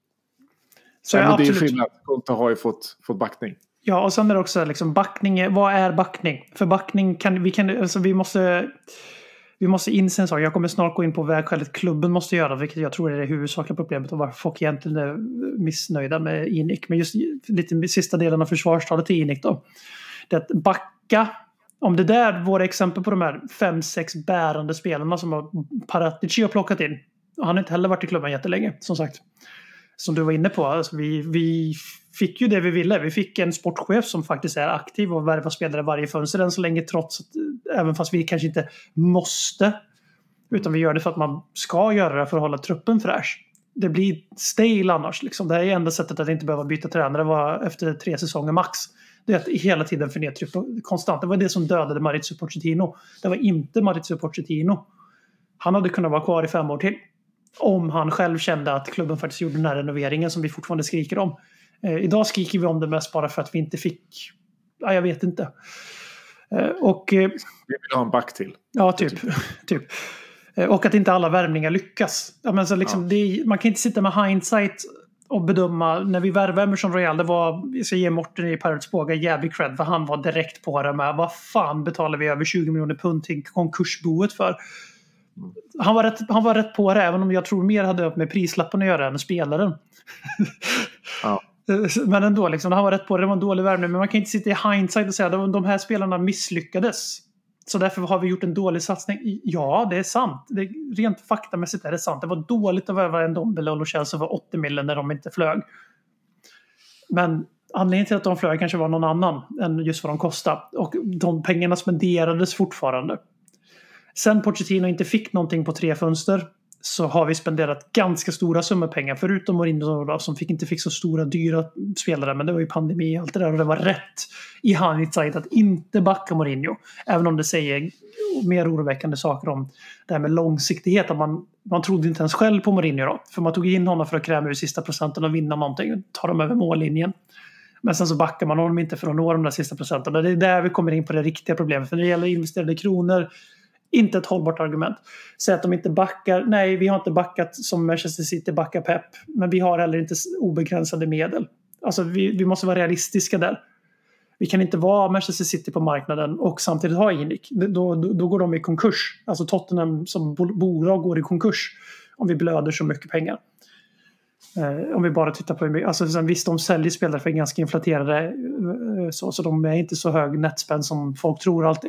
Speaker 5: Så
Speaker 4: men
Speaker 5: jag
Speaker 4: det är ju
Speaker 5: absolut-
Speaker 4: skillnad. Konta har ju fått, fått backning.
Speaker 5: Ja, och sen är det också liksom backning. Vad är backning? För backning kan vi kan alltså vi måste vi måste inse en sak. Jag kommer snart gå in på vägskälet klubben måste göra, vilket jag tror är det huvudsakliga problemet och varför folk egentligen är missnöjda med Inik. Men just lite sista delen av försvarstalet till Inik då. Det att backa, om det där våra exempel på de här fem, sex bärande spelarna som har Paratici har plockat in. Och han har inte heller varit i klubben jättelänge, som sagt. Som du var inne på, alltså vi, vi fick ju det vi ville. Vi fick en sportchef som faktiskt är aktiv och värvar spelare varje fönster än så länge, trots att, även fast vi kanske inte måste, utan vi gör det för att man ska göra det för att hålla truppen fräsch. Det blir stale annars. Liksom. Det här är enda sättet att inte behöva byta tränare var efter tre säsonger max. Det är att hela tiden för nedtryck konstant. Det var det som dödade Maurizio Pochettino. Det var inte Maurizio Pochettino. Han hade kunnat vara kvar i fem år till. Om han själv kände att klubben faktiskt gjorde den här renoveringen som vi fortfarande skriker om. Eh, idag skriker vi om det mest bara för att vi inte fick... Ja, jag vet inte. Eh, och... Eh,
Speaker 4: Vi vill ha en back till.
Speaker 5: ja, typ. typ. Eh, och att inte alla värvningar lyckas. Ja, men så liksom,
Speaker 4: Ja.
Speaker 5: det är, man kan inte sitta med hindsight och bedöma. När vi värvade Emerson Royal, det var... Jag ska ge Morten i Pirates Båga jävligt cred, för han var direkt på det med. Vad fan betalar vi över tjugo miljoner pund till konkursboet för? Han var, rätt, han var rätt på det, även om jag tror mer hade upp med prislappen att göra än spelaren.
Speaker 4: Ja.
Speaker 5: Men ändå, liksom, han var rätt på det. Det var en dålig värvning. Men man kan inte sitta i hindsight och säga att de här spelarna misslyckades. Så därför har vi gjort en dålig satsning. Ja, det är sant. Det är, rent faktamässigt är det sant. Det var dåligt att värva en Dombele och Lo Celso för åttio miljoner när de inte flög. Men anledningen till att de flög kanske var någon annan än just vad de kostade. Och de pengarna spenderades fortfarande. Sen Pochettino inte fick någonting på tre fönster så har vi spenderat ganska stora summor pengar, förutom Mourinho då, som fick inte fick så stora dyra spelare, men det var ju pandemi och allt det där, och det var rätt i hindsight att inte backa Mourinho, även om det säger mer oroväckande saker om det här med långsiktighet, att man, man trodde inte ens själv på Mourinho då, för man tog in honom för att kräma ur sista procenten och vinna någonting, ta dem över mållinjen. Men sen så backar man honom inte för att nå de där sista procenten, och det är där vi kommer in på det riktiga problemet, för när det gäller investerade kronor, inte ett hållbart argument. Säg att de inte backar. Nej, vi har inte backat som Manchester City backar Pep. Men vi har heller inte obegränsade medel. Alltså vi, vi måste vara realistiska där. Vi kan inte vara Manchester City på marknaden och samtidigt ha Inik. Då, då, då går de i konkurs. Alltså Tottenham som bolag går i konkurs om vi blöder så mycket pengar. Eh, om vi bara tittar på... Alltså sen, visst, de säljer spelare för ganska inflaterade eh, så, så de är inte så hög netspend som folk tror alltid.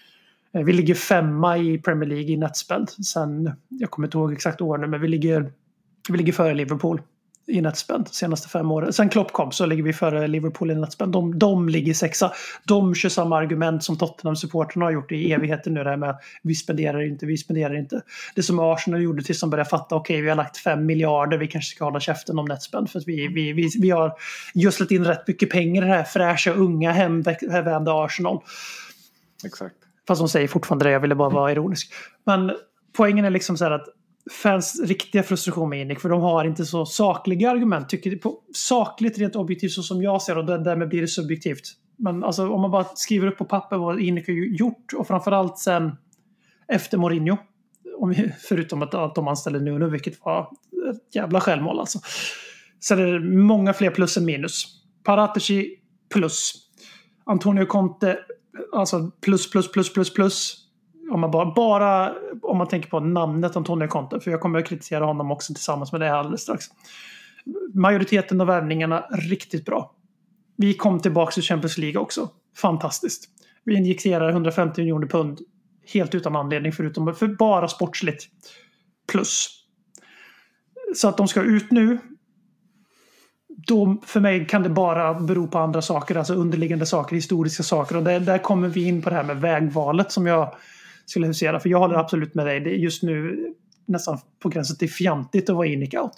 Speaker 5: Vi ligger femma i Premier League i netspend. Sen, jag kommer inte ihåg exakt år nu, men vi ligger, vi ligger före Liverpool i netspend de senaste fem åren. Sen Klopp kom så ligger vi före Liverpool i netspend. De, de ligger sexa. De kör samma argument som Tottenham-supporterna har gjort i evigheter nu. Det här med vi spenderar inte, vi spenderar inte. Det som Arsenal gjorde tills de började fatta, okej, okay, vi har lagt fem miljarder, vi kanske ska hålla käften om netspend. För att vi, vi, vi, vi har gödslat in rätt mycket pengar i det här fräscha, unga, hemvävda Arsenal.
Speaker 4: Exakt.
Speaker 5: Fast de säger fortfarande det, jag ville bara vara ironisk. Men poängen är liksom så här att fans riktiga frustration med Inik, för de har inte så sakliga argument. Tycker på sakligt, rent objektivt så som jag ser, och därmed blir det subjektivt. Men alltså om man bara skriver upp på papper vad Inik har gjort, och framförallt sen efter Mourinho, om vi, förutom att, att de anställde Nuno, vilket var ett jävla självmål alltså. Så är det många fler plus än minus. Paratici plus. Antonio Conte alltså plus, plus, plus, plus, plus. Om man bara, bara om man tänker på namnet Antonio Conte. För jag kommer att kritisera honom också tillsammans med det här alldeles strax. Majoriteten av värvningarna riktigt bra. Vi kom tillbaka till Champions League också. Fantastiskt. Vi injekterar hundrafemtio miljoner pund helt utan anledning, förutom för bara sportsligt. Plus. Så att de ska ut nu. Då, för mig kan det bara bero på andra saker, alltså underliggande saker, historiska saker, och där, där kommer vi in på det här med vägvalet som jag skulle husera, för jag håller absolut med dig, det är just nu nästan på gränsen till fjantigt att vara Inik out.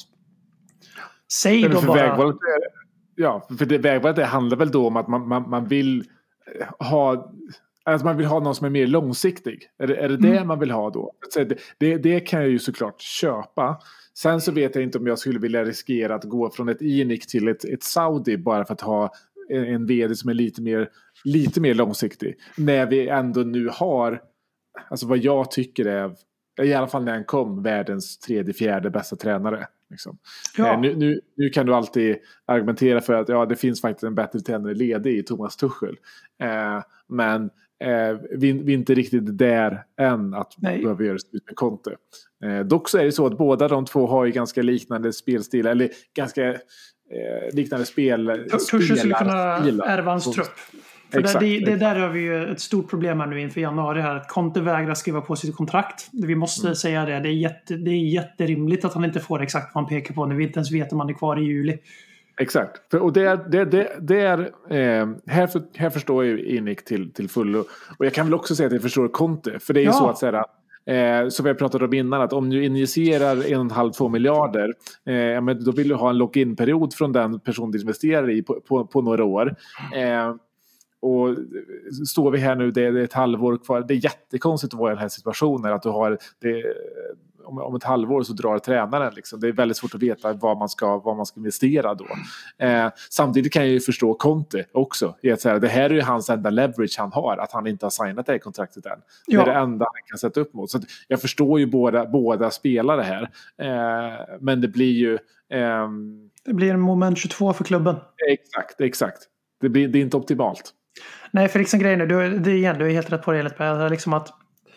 Speaker 5: Säg då
Speaker 4: för
Speaker 5: bara...
Speaker 4: Vägvalet är, ja, för det, vägvalet det handlar väl då om att man, man, man vill ha, alltså man vill ha någon som är mer långsiktig. Är det är det, mm. det man vill ha då? Så det, det, det kan jag ju såklart köpa. Sen så vet jag inte om jag skulle vilja riskera att gå från ett Inik till ett, ett Saudi bara för att ha en, en vd som är lite mer, lite mer långsiktig. När vi ändå nu har, alltså vad jag tycker är i alla fall när han kom, världens tredje, fjärde bästa tränare. Liksom.
Speaker 5: Ja.
Speaker 4: Eh, nu, nu, nu kan du alltid argumentera för att ja, det finns faktiskt en bättre tränare ledig i Thomas Tuchel. Eh, men eh, vi, vi är inte riktigt där än att
Speaker 5: Nej.
Speaker 4: behöva göra slut med Conte. Eh, dock så är det så att båda de två har ju ganska liknande spelstil, eller ganska eh, liknande spel.
Speaker 5: Tuchel skulle kunna ärva hans
Speaker 4: Så-
Speaker 5: trupp. För
Speaker 4: Exakt,
Speaker 5: det, det, det
Speaker 4: exakt.
Speaker 5: där har vi ju ett stort problem här nu inför januari här. Att Conte vägrar skriva på sitt kontrakt. Vi måste
Speaker 4: Mm.
Speaker 5: säga det. Det är, jätte, det är jätterimligt att han inte får exakt vad han pekar på när vi inte ens vet om han är kvar i juli.
Speaker 4: Exakt. För, och det är, det, det, det är eh, här, för, här förstår jag Inik till, till fullo. Och jag kan väl också säga att jag förstår Conte. För det är ju
Speaker 5: Ja.
Speaker 4: så att säga, eh, som vi har pratat om innan, att om du injicerar en och en halv, två miljarder, eh, men då vill du ha en lock-in-period från den person du investerar i på, på, på några år. Eh, och står vi här nu, det är ett halvår kvar. Det är jättekonstigt att vara i den här situationen, att du har det, om, om ett halvår så drar tränaren liksom. Det är väldigt svårt att veta vad man ska, vad man ska investera då. Eh, samtidigt kan jag ju förstå Conte också i att säga, det här är ju hans enda leverage han har, att han inte har signat det här kontraktet än.
Speaker 5: Ja.
Speaker 4: Det är det enda han kan sätta upp mot. Så att jag förstår ju båda, båda spelare här. Eh, men det blir ju ehm,
Speaker 5: Det blir en moment tjugotvå för klubben.
Speaker 4: exakt, exakt. Det, blir, det är inte optimalt.
Speaker 5: Nej, för liksom grejen nu, du, det är igen, du är helt rätt på det. Helt på det. Liksom att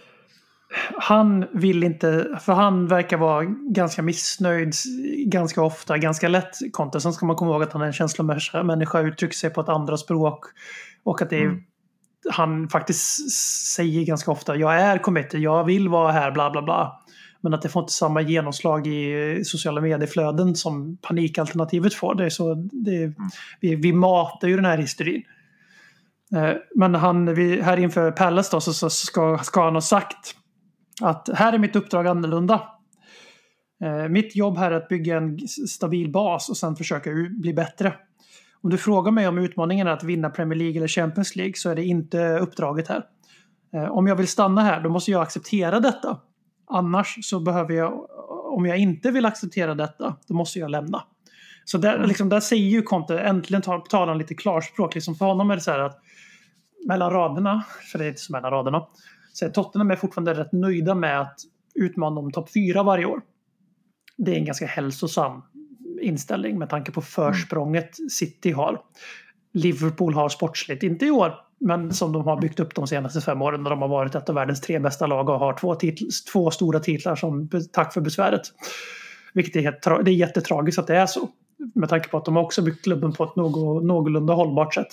Speaker 5: han vill inte, för han verkar vara ganska missnöjd ganska ofta, ganska lätt Conte. Sen ska man komma ihåg att han är en känslomänniska, uttrycker sig på ett andra språk och att det är,
Speaker 4: Mm.
Speaker 5: han faktiskt säger ganska ofta, jag är committed, jag vill vara här, bla bla bla. Men att det får inte samma genomslag i sociala medieflöden som panikalternativet får. Det är så, det är, vi, vi matar ju den här hysterin. Eh, Men han, vi, här inför Palace då, så, så ska, ska han ha sagt att här är mitt uppdrag annorlunda. Eh, mitt jobb här är att bygga en stabil bas och sen försöka u- bli bättre. Om du frågar mig om utmaningen är att vinna Premier League eller Champions League så är det inte uppdraget här. Eh, om jag vill stanna här då måste jag acceptera detta. Annars så behöver jag, om jag inte vill acceptera detta, då måste jag lämna. Så där, liksom, där säger ju Conte, äntligen tar, talar han lite klarspråk. Liksom för honom är det så här att mellan raderna, för det är inte så mellan raderna, så är Tottenham är fortfarande rätt nöjda med att utmana om topp fyra varje år. Det är en ganska hälsosam inställning med tanke på försprånget City har. Liverpool har sportsligt, inte i år, men som de har byggt upp de senaste fem åren när de har varit ett av världens tre bästa lag och har två, titl- två stora titlar som tack för besväret. Vilket är, helt tra- det är jättetragiskt att det är så. Med tanke på att de har också byggt klubben på ett någ- någorlunda hållbart sätt.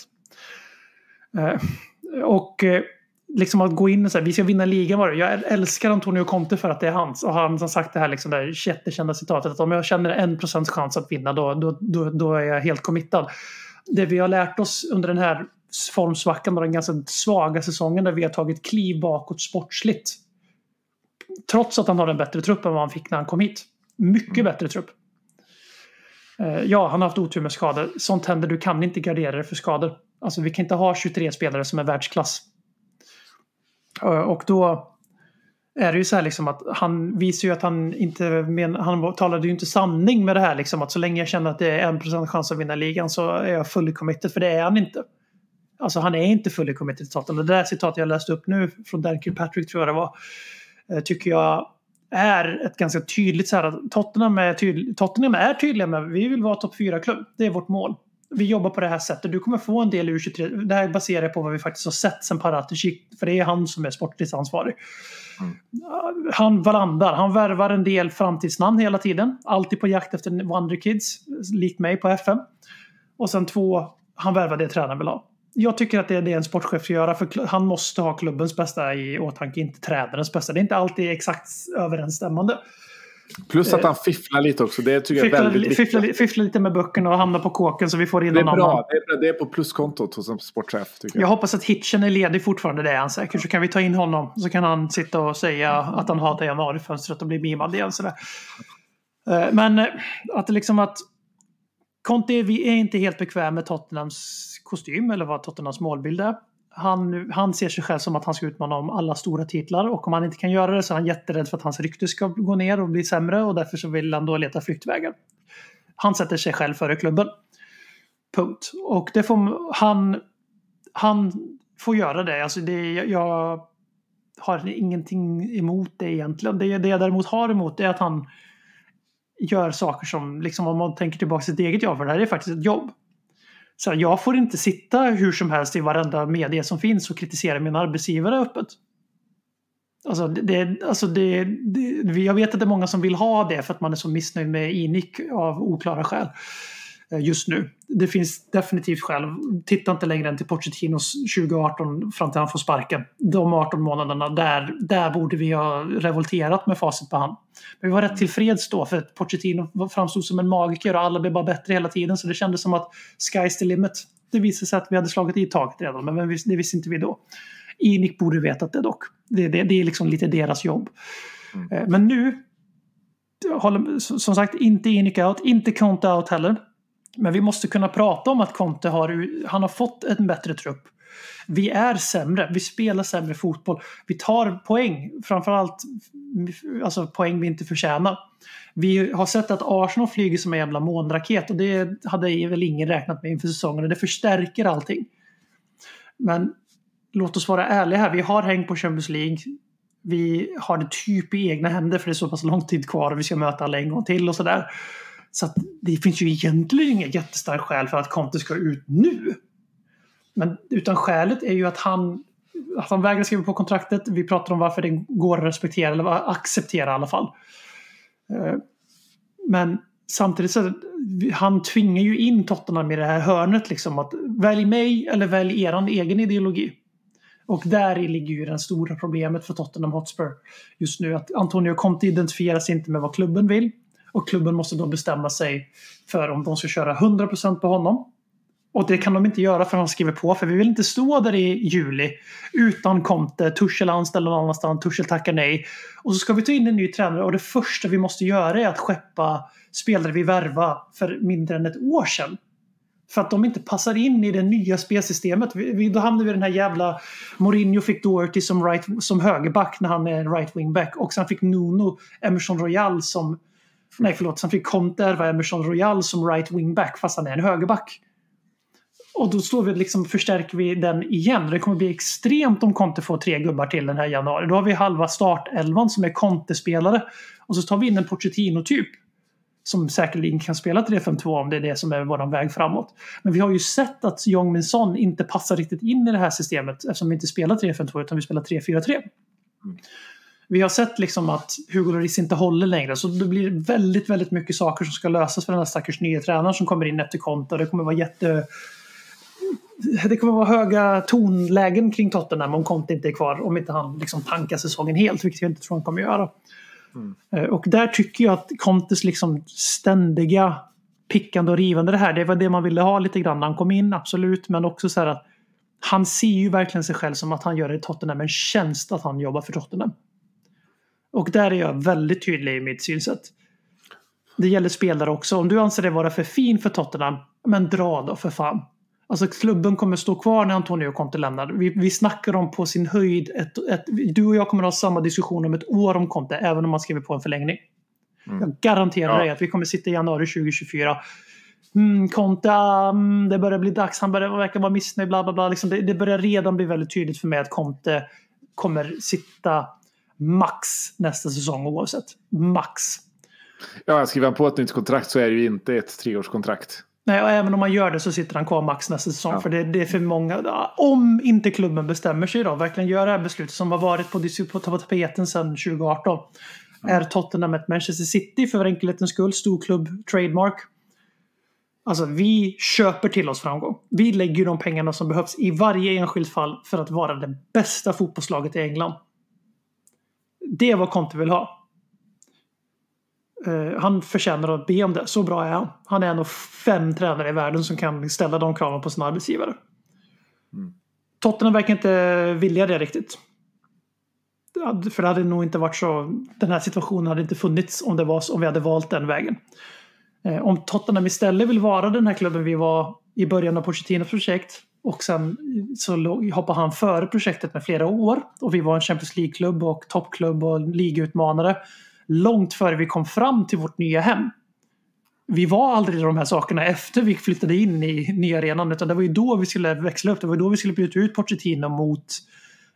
Speaker 5: Eh, och eh, liksom att gå in och säga vi ska vinna ligan var det. Jag älskar Antonio Conte för att det är hans. Och han har sagt det här liksom där jättekända citatet att om jag känner en procents chans att vinna då, då, då, då är jag helt committad. Det vi har lärt oss under den här formsvackan och den ganska svaga säsongen där vi har tagit kliv bakåt sportsligt. Trots att han har en bättre trupp än vad han fick när han kom hit. Mycket mm. bättre trupp. Eh, ja, han har haft otur med skador. Sånt händer, du kan inte gardera dig för skador. Alltså vi kan inte ha tjugotre spelare som är världsklass. Eh, och då är det ju så här liksom att han visar ju att han inte men, han talade ju inte sanning med det här liksom att så länge jag känner att det är en procent chans att vinna ligan så är jag fully committed, för det är han inte. Alltså han är inte fully committed till Tottenham. Det där citatet jag läste upp nu från Dan Kilpatrick tror jag det var, tycker jag är ett ganska tydligt så här att Tottenham är, tydlig, Tottenham är tydliga med vi vill vara topp fyra-klubb. Det är vårt mål. Vi jobbar på det här sättet. Du kommer få en del U tjugotre. Det här baserar på vad vi faktiskt har sett sen Paratici, för det är han som är sportligt ansvarig. Mm. Han valandar. Han värvar en del framtidsnamn hela tiden. Alltid på jakt efter Wonder Kids, likt mig på F M. Och sen två, han värvar det tränaren vill ha. Jag tycker att det är det en sportchef ska göra, för han måste ha klubbens bästa i åtanke, inte tränarens bästa. Det är inte alltid exakt överensstämmande.
Speaker 4: Plus att han fifflar lite också. Det tycker
Speaker 5: fifflar,
Speaker 4: jag är väldigt viktigt.
Speaker 5: Fifflar, fifflar lite med böckerna och hamnar på kåken så vi får in
Speaker 4: det är
Speaker 5: någon
Speaker 4: bra.
Speaker 5: annan.
Speaker 4: Det är bra. Det är på pluskontot hos en sportchef tycker jag.
Speaker 5: Jag hoppas att Hitchen är ledig fortfarande, det är han säkert. Så kan vi ta in honom. Så kan han sitta och säga att han hatar januarifönstret och bli mimad igen. Sådär. Men att det liksom att Conte, vi är inte helt bekväm med Tottenhams kostym eller vad Tottenhams målbild är. Han, han ser sig själv som att han ska utmana om alla stora titlar, och om han inte kan göra det så är han jätterädd för att hans rykte ska gå ner och bli sämre, och därför så vill han då leta flyktvägar. Han sätter sig själv före klubben. Punkt. Och det får han han får göra det. Alltså det jag har ingenting emot det egentligen. Det, det jag däremot har emot är att han gör saker som, liksom om man tänker tillbaka till sitt eget jobb, för det här är faktiskt ett jobb. Så jag får inte sitta hur som helst i varenda media som finns och kritisera min arbetsgivare öppet. Alltså det, alltså det, det, jag vet att det är många som vill ha det för att man är så missnöjd med Inik av oklara skäl just nu. Det finns definitivt skäl. Titta inte längre än till Pochettinos tjugo arton fram till han får sparken. De arton månaderna, där, där borde vi ha revolterat med facit på hand. Men vi var rätt tillfreds då, för att Pochettino framstod som en magiker och alla blev bara bättre hela tiden, så det kändes som att sky's the limit. Det visade sig att vi hade slagit i taget redan, men det visste inte vi då. Inik borde vetat det dock. Det, det, det är liksom lite deras jobb. Mm. Men nu håller, som sagt, inte Inik out, inte Conte out heller. Men vi måste kunna prata om att Conte har, han har fått en bättre trupp. Vi är sämre, vi spelar sämre fotboll. Vi tar poäng, framförallt alltså poäng vi inte förtjänar. Vi har sett att Arsenal flyger som en jävla månraket, och det hade väl ingen räknat med inför säsongen, och det förstärker allting. Men låt oss vara ärliga här, vi har hängt på Champions League. Vi har det typ i egna händer, för det är så pass lång tid kvar och vi ska möta alla en gång till och sådär. Så att det finns ju egentligen inget jättestarkt skäl för att Conte ska ut nu. Men utan skälet är ju att han, att han vägrar skriva på kontraktet. Vi pratar om varför det går att respektera eller acceptera i alla fall. Men samtidigt så han tvingar ju in Tottenham i det här hörnet liksom, att välj mig eller välj eran egen ideologi. Och där ligger ju det stora problemet för Tottenham Hotspur just nu, att Antonio Conte identifieras inte med vad klubben vill. Och klubben måste då bestämma sig för om de ska köra hundra procent på honom. Och det kan de inte göra för han skriver på. För vi vill inte stå där i juli utan Conte, Tuchel anställer någon annanstans, Tuchel tackar nej. Och så ska vi ta in en ny tränare, och det första vi måste göra är att skeppa spelare vi värva för mindre än ett år sedan. För att de inte passar in i det nya spelsystemet. Vi, vi, då hamnade vi i den här jävla... Mourinho fick Doherty som, right, som högerback när han är right wingback. Och sen fick Nuno Emerson Royal som... Nej förlåt, sen fick Conte ärva Emerson Royal som right wingback fast han är en högerback. Och då står vi liksom, förstärker vi den igen. Det kommer bli extremt om Conte får tre gubbar till den här januari. Då har vi halva startelvan som är Conte-spelare. Och så tar vi in en Pochettino-typ som säkerligen kan spela tre fem två om det är det som är vår väg framåt. Men vi har ju sett att Jong-Min Son inte passar riktigt in i det här systemet eftersom vi inte spelar tre fem två utan vi spelar tre fyra tre. Mm. Vi har sett liksom att Hugo Lloris inte håller längre, så det blir väldigt, väldigt mycket saker som ska lösas för den här stackars nya tränaren som kommer in efter Conte. Det kommer vara jätte... Det kommer vara höga tonlägen kring Tottenham om Conte inte är kvar, om inte han liksom tankar säsongen helt, vilket jag inte tror han kommer göra. Mm. Och där tycker jag att Contes liksom ständiga pickande och rivande det här, det var det man ville ha lite grann när han kom in, absolut, men också så här att han ser ju verkligen sig själv som att han gör det i Tottenham, en tjänst att han jobbar för Tottenham. Och där är jag väldigt tydlig i mitt synsätt. Det gäller spelare också. Om du anser det vara för fin för Tottenham, men dra då för fan. Alltså klubben kommer stå kvar när Antonio Conte lämnar. Vi, vi snackar om på sin höjd. Ett, ett, du och jag kommer ha samma diskussion om ett år om Conte, även om man skriver på en förlängning. Mm. Jag garanterar ja. dig att vi kommer sitta i januari tjugo tjugofyra. Mm, Conte, mm, det börjar bli dags. Han börjar verkar vara missnöjd. Bla bla bla. Liksom det, det börjar redan bli väldigt tydligt för mig att Conte kommer sitta max nästa säsong oavsett. Max.
Speaker 4: Ja, skriver han på ett nytt kontrakt så är det ju inte ett treårskontrakt.
Speaker 5: Nej, och även om man gör det så sitter han kvar max nästa säsong. Ja. För det, det är för många. Om inte klubben bestämmer sig då, verkligen gör det här beslutet som har varit på, på, på tapeten sedan tjugo arton. Mm. Är Tottenham ett Manchester City för enkelhetens skull, storklubb, trademark. Alltså vi köper till oss framgång. Vi lägger de pengarna som behövs i varje enskilt fall för att vara det bästa fotbollslaget i England. Det är vad Conte vill ha. Uh, han förtjänar att be om det. Så bra är han. Han är en av fem tränare i världen som kan ställa de kraven på sina arbetsgivare. Mm. Tottenham verkar inte vilja det riktigt. För det hade nog inte varit så... Den här situationen hade inte funnits om, det var, om vi hade valt den vägen. Uh, om Tottenham istället vill vara den här klubben vi var i början av Pochettinos projekt, och sen så hoppar han före projektet med flera år, och vi var en Champions League-klubb och toppklubb och ligautmanare långt före vi kom fram till vårt nya hem. Vi var aldrig de här sakerna efter vi flyttade in i nya arenan, utan det var ju då vi skulle växla upp. Det var då vi skulle byta ut Pochettino mot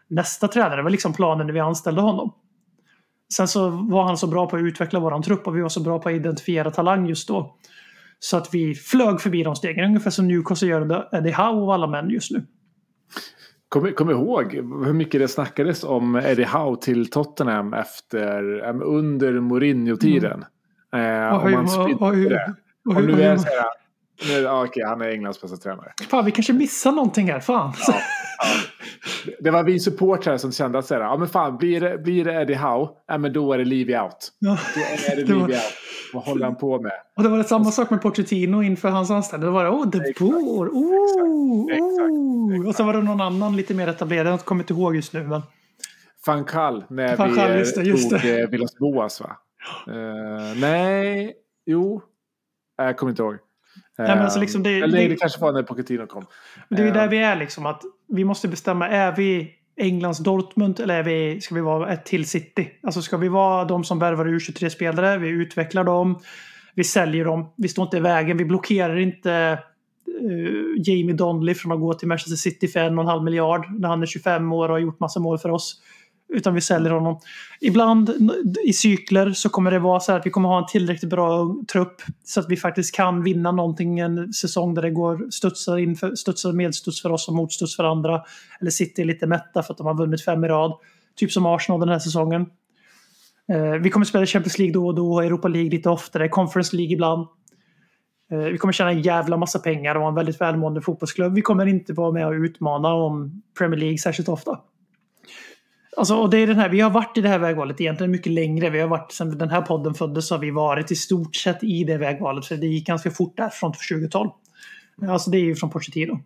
Speaker 5: nästa tränare. Det var liksom planen när vi anställde honom. Sen så var han så bra på att utveckla våran trupp och vi var så bra på att identifiera talang just då. Så att vi flög förbi de stegen, ungefär som Newcastle gör det Eddie Howe och alla män just nu.
Speaker 4: Kom, kom ihåg hur mycket det snackades om Eddie Howe till Tottenham efter, under Mourinho-tiden. Mm. Eh, och man spydde det. Och nu är det så här, nu, ja, okej, han är Englands bästa tränare.
Speaker 5: Fan, vi kanske missar någonting här, fan.
Speaker 4: Ja, ja. Det var vi supportrar som kände att säga, ja men fan, blir det, blir det Eddie Howe, ja men då är det Levy out. Ja. Då är det, det Levy var... out. Vad håller han på med? Och
Speaker 5: det var det samma sak med Pochettino inför hans anställning. Det var det, åh, det bor, oh, exakt. Exakt. Oh. Och så var det någon annan lite mer etablerad, jag kommer inte ihåg just nu. Men...
Speaker 4: Van Gaal, när
Speaker 5: Van Gaal,
Speaker 4: vi
Speaker 5: just det, just
Speaker 4: tog
Speaker 5: det.
Speaker 4: Villas Boas, va? Uh, nej, jo, jag kommer inte ihåg.
Speaker 5: Nej, men alltså liksom det,
Speaker 4: Eller det,
Speaker 5: det
Speaker 4: kanske var när Pochettino kom.
Speaker 5: Men det är ju där vi är liksom, att vi måste bestämma, är vi Englands Dortmund eller är vi, ska vi vara ett till City? Alltså ska vi vara de som värvar U tjugotre-spelare, vi utvecklar dem, vi säljer dem, vi står inte i vägen, vi blockerar inte uh, Jamie Donnelly från att gå till Manchester City för en och en halv miljard när han är tjugofem år och har gjort massa mål för oss. Utan vi säljer honom. Ibland i cykler så kommer det vara så här att vi kommer ha en tillräckligt bra trupp så att vi faktiskt kan vinna någonting en säsong där det går studsar, in för, studsar medstuds för oss och motstuds för andra. Eller sitter lite mätta för att de har vunnit fem i rad. Typ som Arsenal den här säsongen. Eh, vi kommer spela Champions League då och då, Europa League lite oftare, Conference League ibland. Eh, vi kommer tjäna en jävla massa pengar och ha en väldigt välmående fotbollsklubb. Vi kommer inte vara med och utmana om Premier League särskilt ofta. Alltså, och det är den här, vi har varit i det här vägvalet egentligen mycket längre. Vi har varit, sen den här podden föddes har vi varit i stort sett i det vägvalet. För det gick ganska fort där från tjugohundratolv. Alltså det är ju från Pochettino.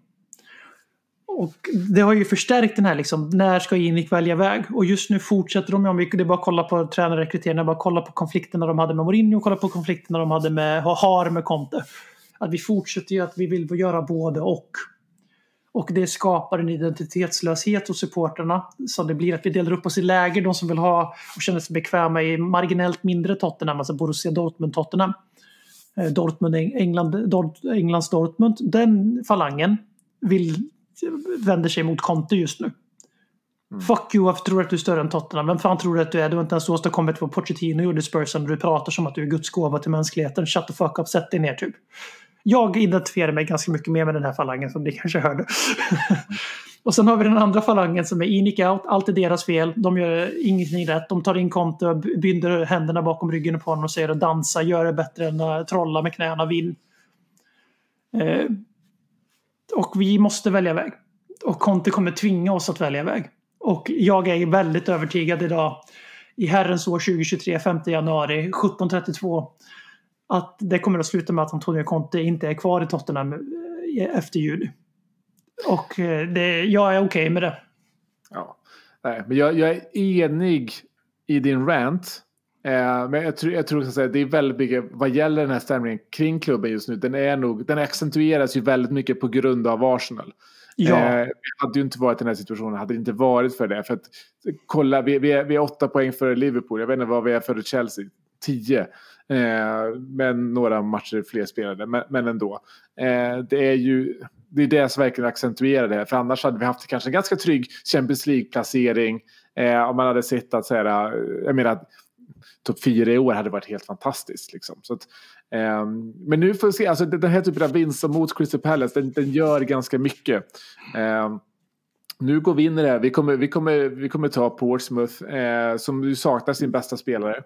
Speaker 5: Och det har ju förstärkt den här liksom, när ska Inik välja väg? Och just nu fortsätter de, om vi, det är bara att kolla på tränarrekryteringen, bara kolla på konflikterna de hade med Mourinho och kolla på konflikterna de hade med, har med Conte. Att vi fortsätter ju att vi vill göra både och. Och det skapar en identitetslöshet hos supporterna. Så det blir att vi delar upp oss i läger. De som vill ha och känner sig bekväma i marginellt mindre Tottenham. Alltså Borussia Dortmund Tottenham. Dortmund, England, Dort, Englands Dortmund. Den falangen vill, vänder sig mot Conte just nu. Mm. Fuck you, jag tror att du är större än Tottenham. Vem fan tror du att du är? Du har inte ens åstadkommit vad Pochettino gjorde i Spurs. Du pratar som att du är Guds gåva till mänskligheten. Shut the fuck up, sätt dig ner typ. Jag identifierar mig ganska mycket mer med den här falangen som ni kanske hörde. Och sen har vi den andra falangen som är Inik out. Allt är deras fel. De gör ingenting rätt. De tar in Conte och binder händerna bakom ryggen på honom och säger att dansa, gör det bättre än att trolla med knäna, vinn. Eh, och vi måste välja väg. Och Conte kommer tvinga oss att välja väg. Och jag är väldigt övertygad idag i herrens år tjugohundratjugotre, femte januari, sjutton trettiotvå, att det kommer att sluta med att Antonio Conte inte är kvar i Tottenham efter juli. Och det, jag är okej okay med det.
Speaker 4: Ja, nej, men jag, jag är enig i din rant. Eh, men jag tror, jag tror att säga, det är väldigt mycket vad gäller den här stämningen kring klubben just nu. Den är nog, den accentueras ju väldigt mycket på grund av Arsenal.
Speaker 5: Ja.
Speaker 4: Eh, vi hade ju inte varit i den här situationen, hade det inte varit för det. För att kolla, vi, vi, är, vi är åtta poäng före Liverpool. Jag vet inte vad vi är före Chelsea. Tio. Eh, men några matcher fler spelade. Men, men ändå. Eh, det är ju det är det som verkligen accentuerar det här. För annars hade vi haft kanske en ganska trygg Champions League-placering. Eh, om man hade sett att säga, jag menar topp fyra i år hade varit helt fantastiskt. Liksom. Så att, eh, men nu får vi se, alltså den här typen av vinst mot Crystal Palace, den, den gör ganska mycket. Eh, nu går vi in i det här. Vi kommer, vi kommer, vi kommer ta Portsmouth eh, som ju saknar sin bästa spelare.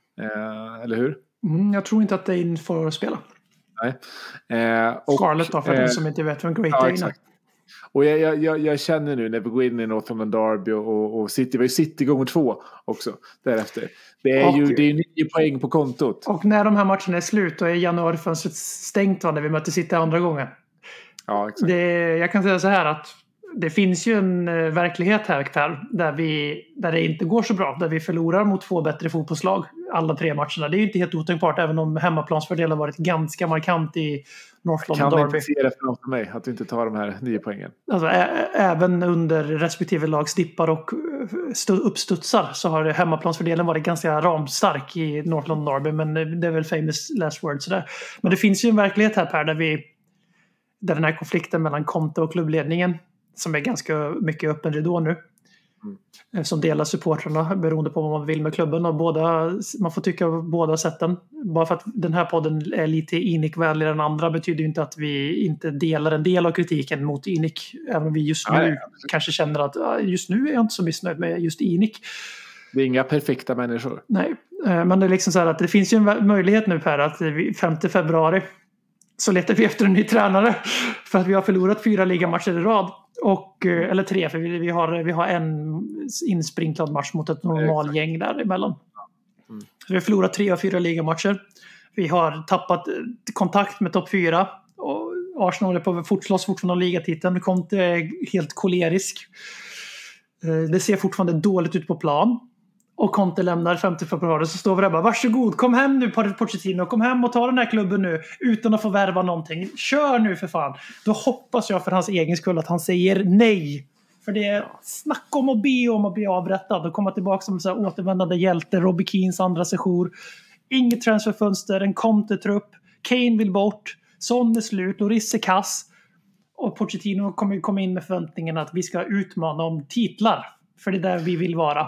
Speaker 4: Eh, eller hur?
Speaker 5: Mm, jag tror inte att Dane får spela.
Speaker 4: Nej. Eh, och,
Speaker 5: Scarlett då, för
Speaker 4: eh,
Speaker 5: den som inte vet vem Great
Speaker 4: ja,
Speaker 5: Dane
Speaker 4: exakt. Och jag, jag, jag känner nu när vi går in i Northumberland Derby och, och City, vi är City gånger två också därefter. Det är och, ju det är ju nio poäng på kontot.
Speaker 5: Och när de här matcherna är slut och är januarifönstret stängt, va, när vi möter City andra gången.
Speaker 4: Ja, exakt.
Speaker 5: Det, jag kan säga så här att det finns ju en uh, verklighet här, Per, där, vi, där det inte går så bra. Där vi förlorar mot två bättre fotbollslag alla tre matcherna. Det är ju inte helt otänkbart, även om hemmaplansfördelen har varit ganska markant i North London Derby.
Speaker 4: Kan vi inte se det för mig att vi inte tar de här nio poängen?
Speaker 5: Alltså, ä- även under respektive lags dippar och st- uppstudsar så har hemmaplansfördelen varit ganska ramstark i North London Derby. Men det är väl famous last word sådär. Men det finns ju en verklighet här, Per, där, vi, där den här konflikten mellan Conte och klubbledningen, som är ganska mycket öppen ridå nu, mm. som delar supportrarna beroende på vad man vill med klubben. Och båda, man får tycka av båda sätten. Bara för att den här podden är lite inikvänligare än andra betyder ju inte att vi inte delar en del av kritiken mot Inik. Även om vi just nu ja, kanske känner att just nu är jag inte så missnöjd med just Inik.
Speaker 4: Det är inga perfekta människor.
Speaker 5: Nej, men det är liksom så här att det finns ju en möjlighet nu Per att femte februari så letar vi efter en ny tränare för att vi har förlorat fyra ligamatcher i rad. Och, eller tre, för vi, vi, har, vi har en insprinklad match mot ett normalgäng däremellan. Mm. Så vi har förlorat tre av fyra ligamatcher. Vi har tappat kontakt med topp fyra. Och Arsenal är på fortslåss fortfarande av ligatiteln. Det kom inte helt kolerisk. Det ser fortfarande dåligt ut på plan. Och Conte lämnar femte februari, så står vi där bara, varsågod, kom hem nu Pochettino, kom hem och ta den här klubben nu utan att få värva någonting. Kör nu för fan. Då hoppas jag för hans egen skull att han säger nej. För det är snack om att be om att bli avrättad och komma tillbaka som så här återvändande hjälte, Robbie Keanes andra sejour. Inget transferfönster, en Conte-trupp, Kane vill bort, Son är slut, Loris är kass. Och Pochettino kommer komma in med förväntningen att vi ska utmana om titlar. För det är där vi vill vara.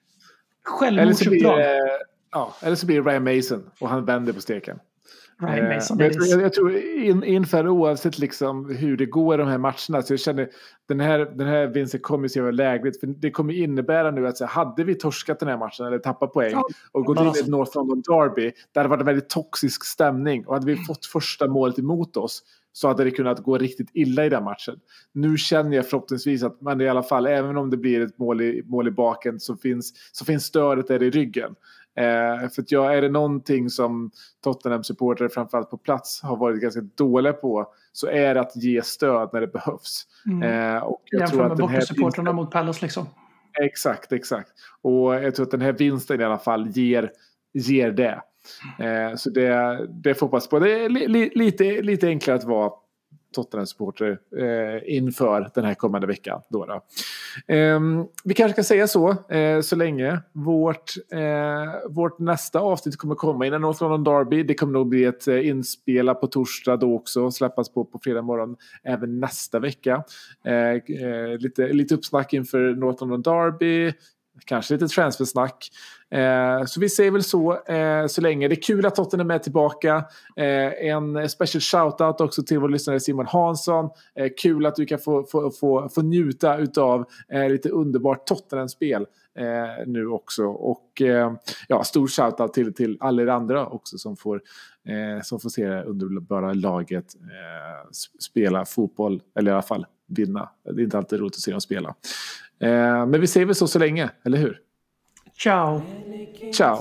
Speaker 4: Eller så, blir, ja, eller så blir det Ryan Mason och han vänder på steken.
Speaker 5: Ryan Mason,
Speaker 4: eh, jag, jag, jag tror in, inför oavsett liksom hur det går i de här matcherna, så jag känner den här, den här vinsten kommer ju se över lägligt, för det kommer innebära nu att så, hade vi torskat den här matchen eller tappat poäng ja, och gått in i ett North London Derby där det var en väldigt toxisk stämning och hade vi fått första målet emot oss, så hade det kunnat gå riktigt illa i den matchen. Nu känner jag förhoppningsvis att man i alla fall, även om det blir ett mål i, mål i baken, så finns, så finns stödet där i ryggen. Eh, för att jag, är det någonting som Tottenham-supportare framförallt på plats har varit ganska dåliga på, så är det att ge stöd när det behövs.
Speaker 5: Mm.
Speaker 4: Eh, och jag
Speaker 5: Jämför
Speaker 4: tror
Speaker 5: med
Speaker 4: att den här
Speaker 5: supportrarna mot Palace liksom.
Speaker 4: Exakt, exakt. Och jag tror att den här vinsten i alla fall ger, ger det. Eh, så det, det får hoppas på. Det är li, li, lite, lite enklare att vara Tottenham-supporter eh, inför den här kommande veckan. Då då. Eh, vi kanske kan säga så eh, så länge. Vårt, eh, vårt nästa avsnitt kommer komma innan North London Derby. Det kommer nog bli ett eh, inspela på torsdag då också. Släppas på på fredag morgon även nästa vecka. Eh, eh, lite, lite uppsnack inför North London Derby. Kanske lite transfersnack. Eh, så vi säger väl så eh, så länge. Det är kul att Tottenham är tillbaka. Eh, en special shoutout också till vår lyssnare Simon Hansson. Eh, kul att du kan få, få, få, få njuta utav eh, lite underbart Tottenham-spel eh, nu också. Och eh, ja, stor shoutout till, till alla er andra också som får, eh, som får se det underbara laget eh, spela fotboll, eller i alla fall vinna. Det är inte alltid roligt att se dem spela. Eh, men vi ser väl så så länge, eller hur?
Speaker 5: Ciao.
Speaker 4: Ciao.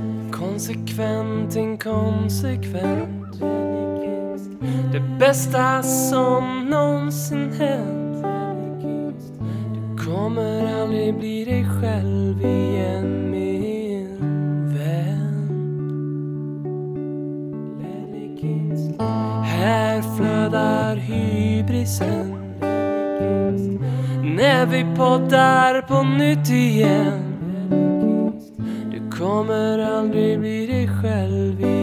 Speaker 3: Konsekvent, inkonsekvent. Det bästa som någonsin hänt. Du kommer aldrig bli dig själv igen, min vän. Här flödar hybrisen. När vi poddar på nytt igen. Du kommer aldrig bli dig själv igen.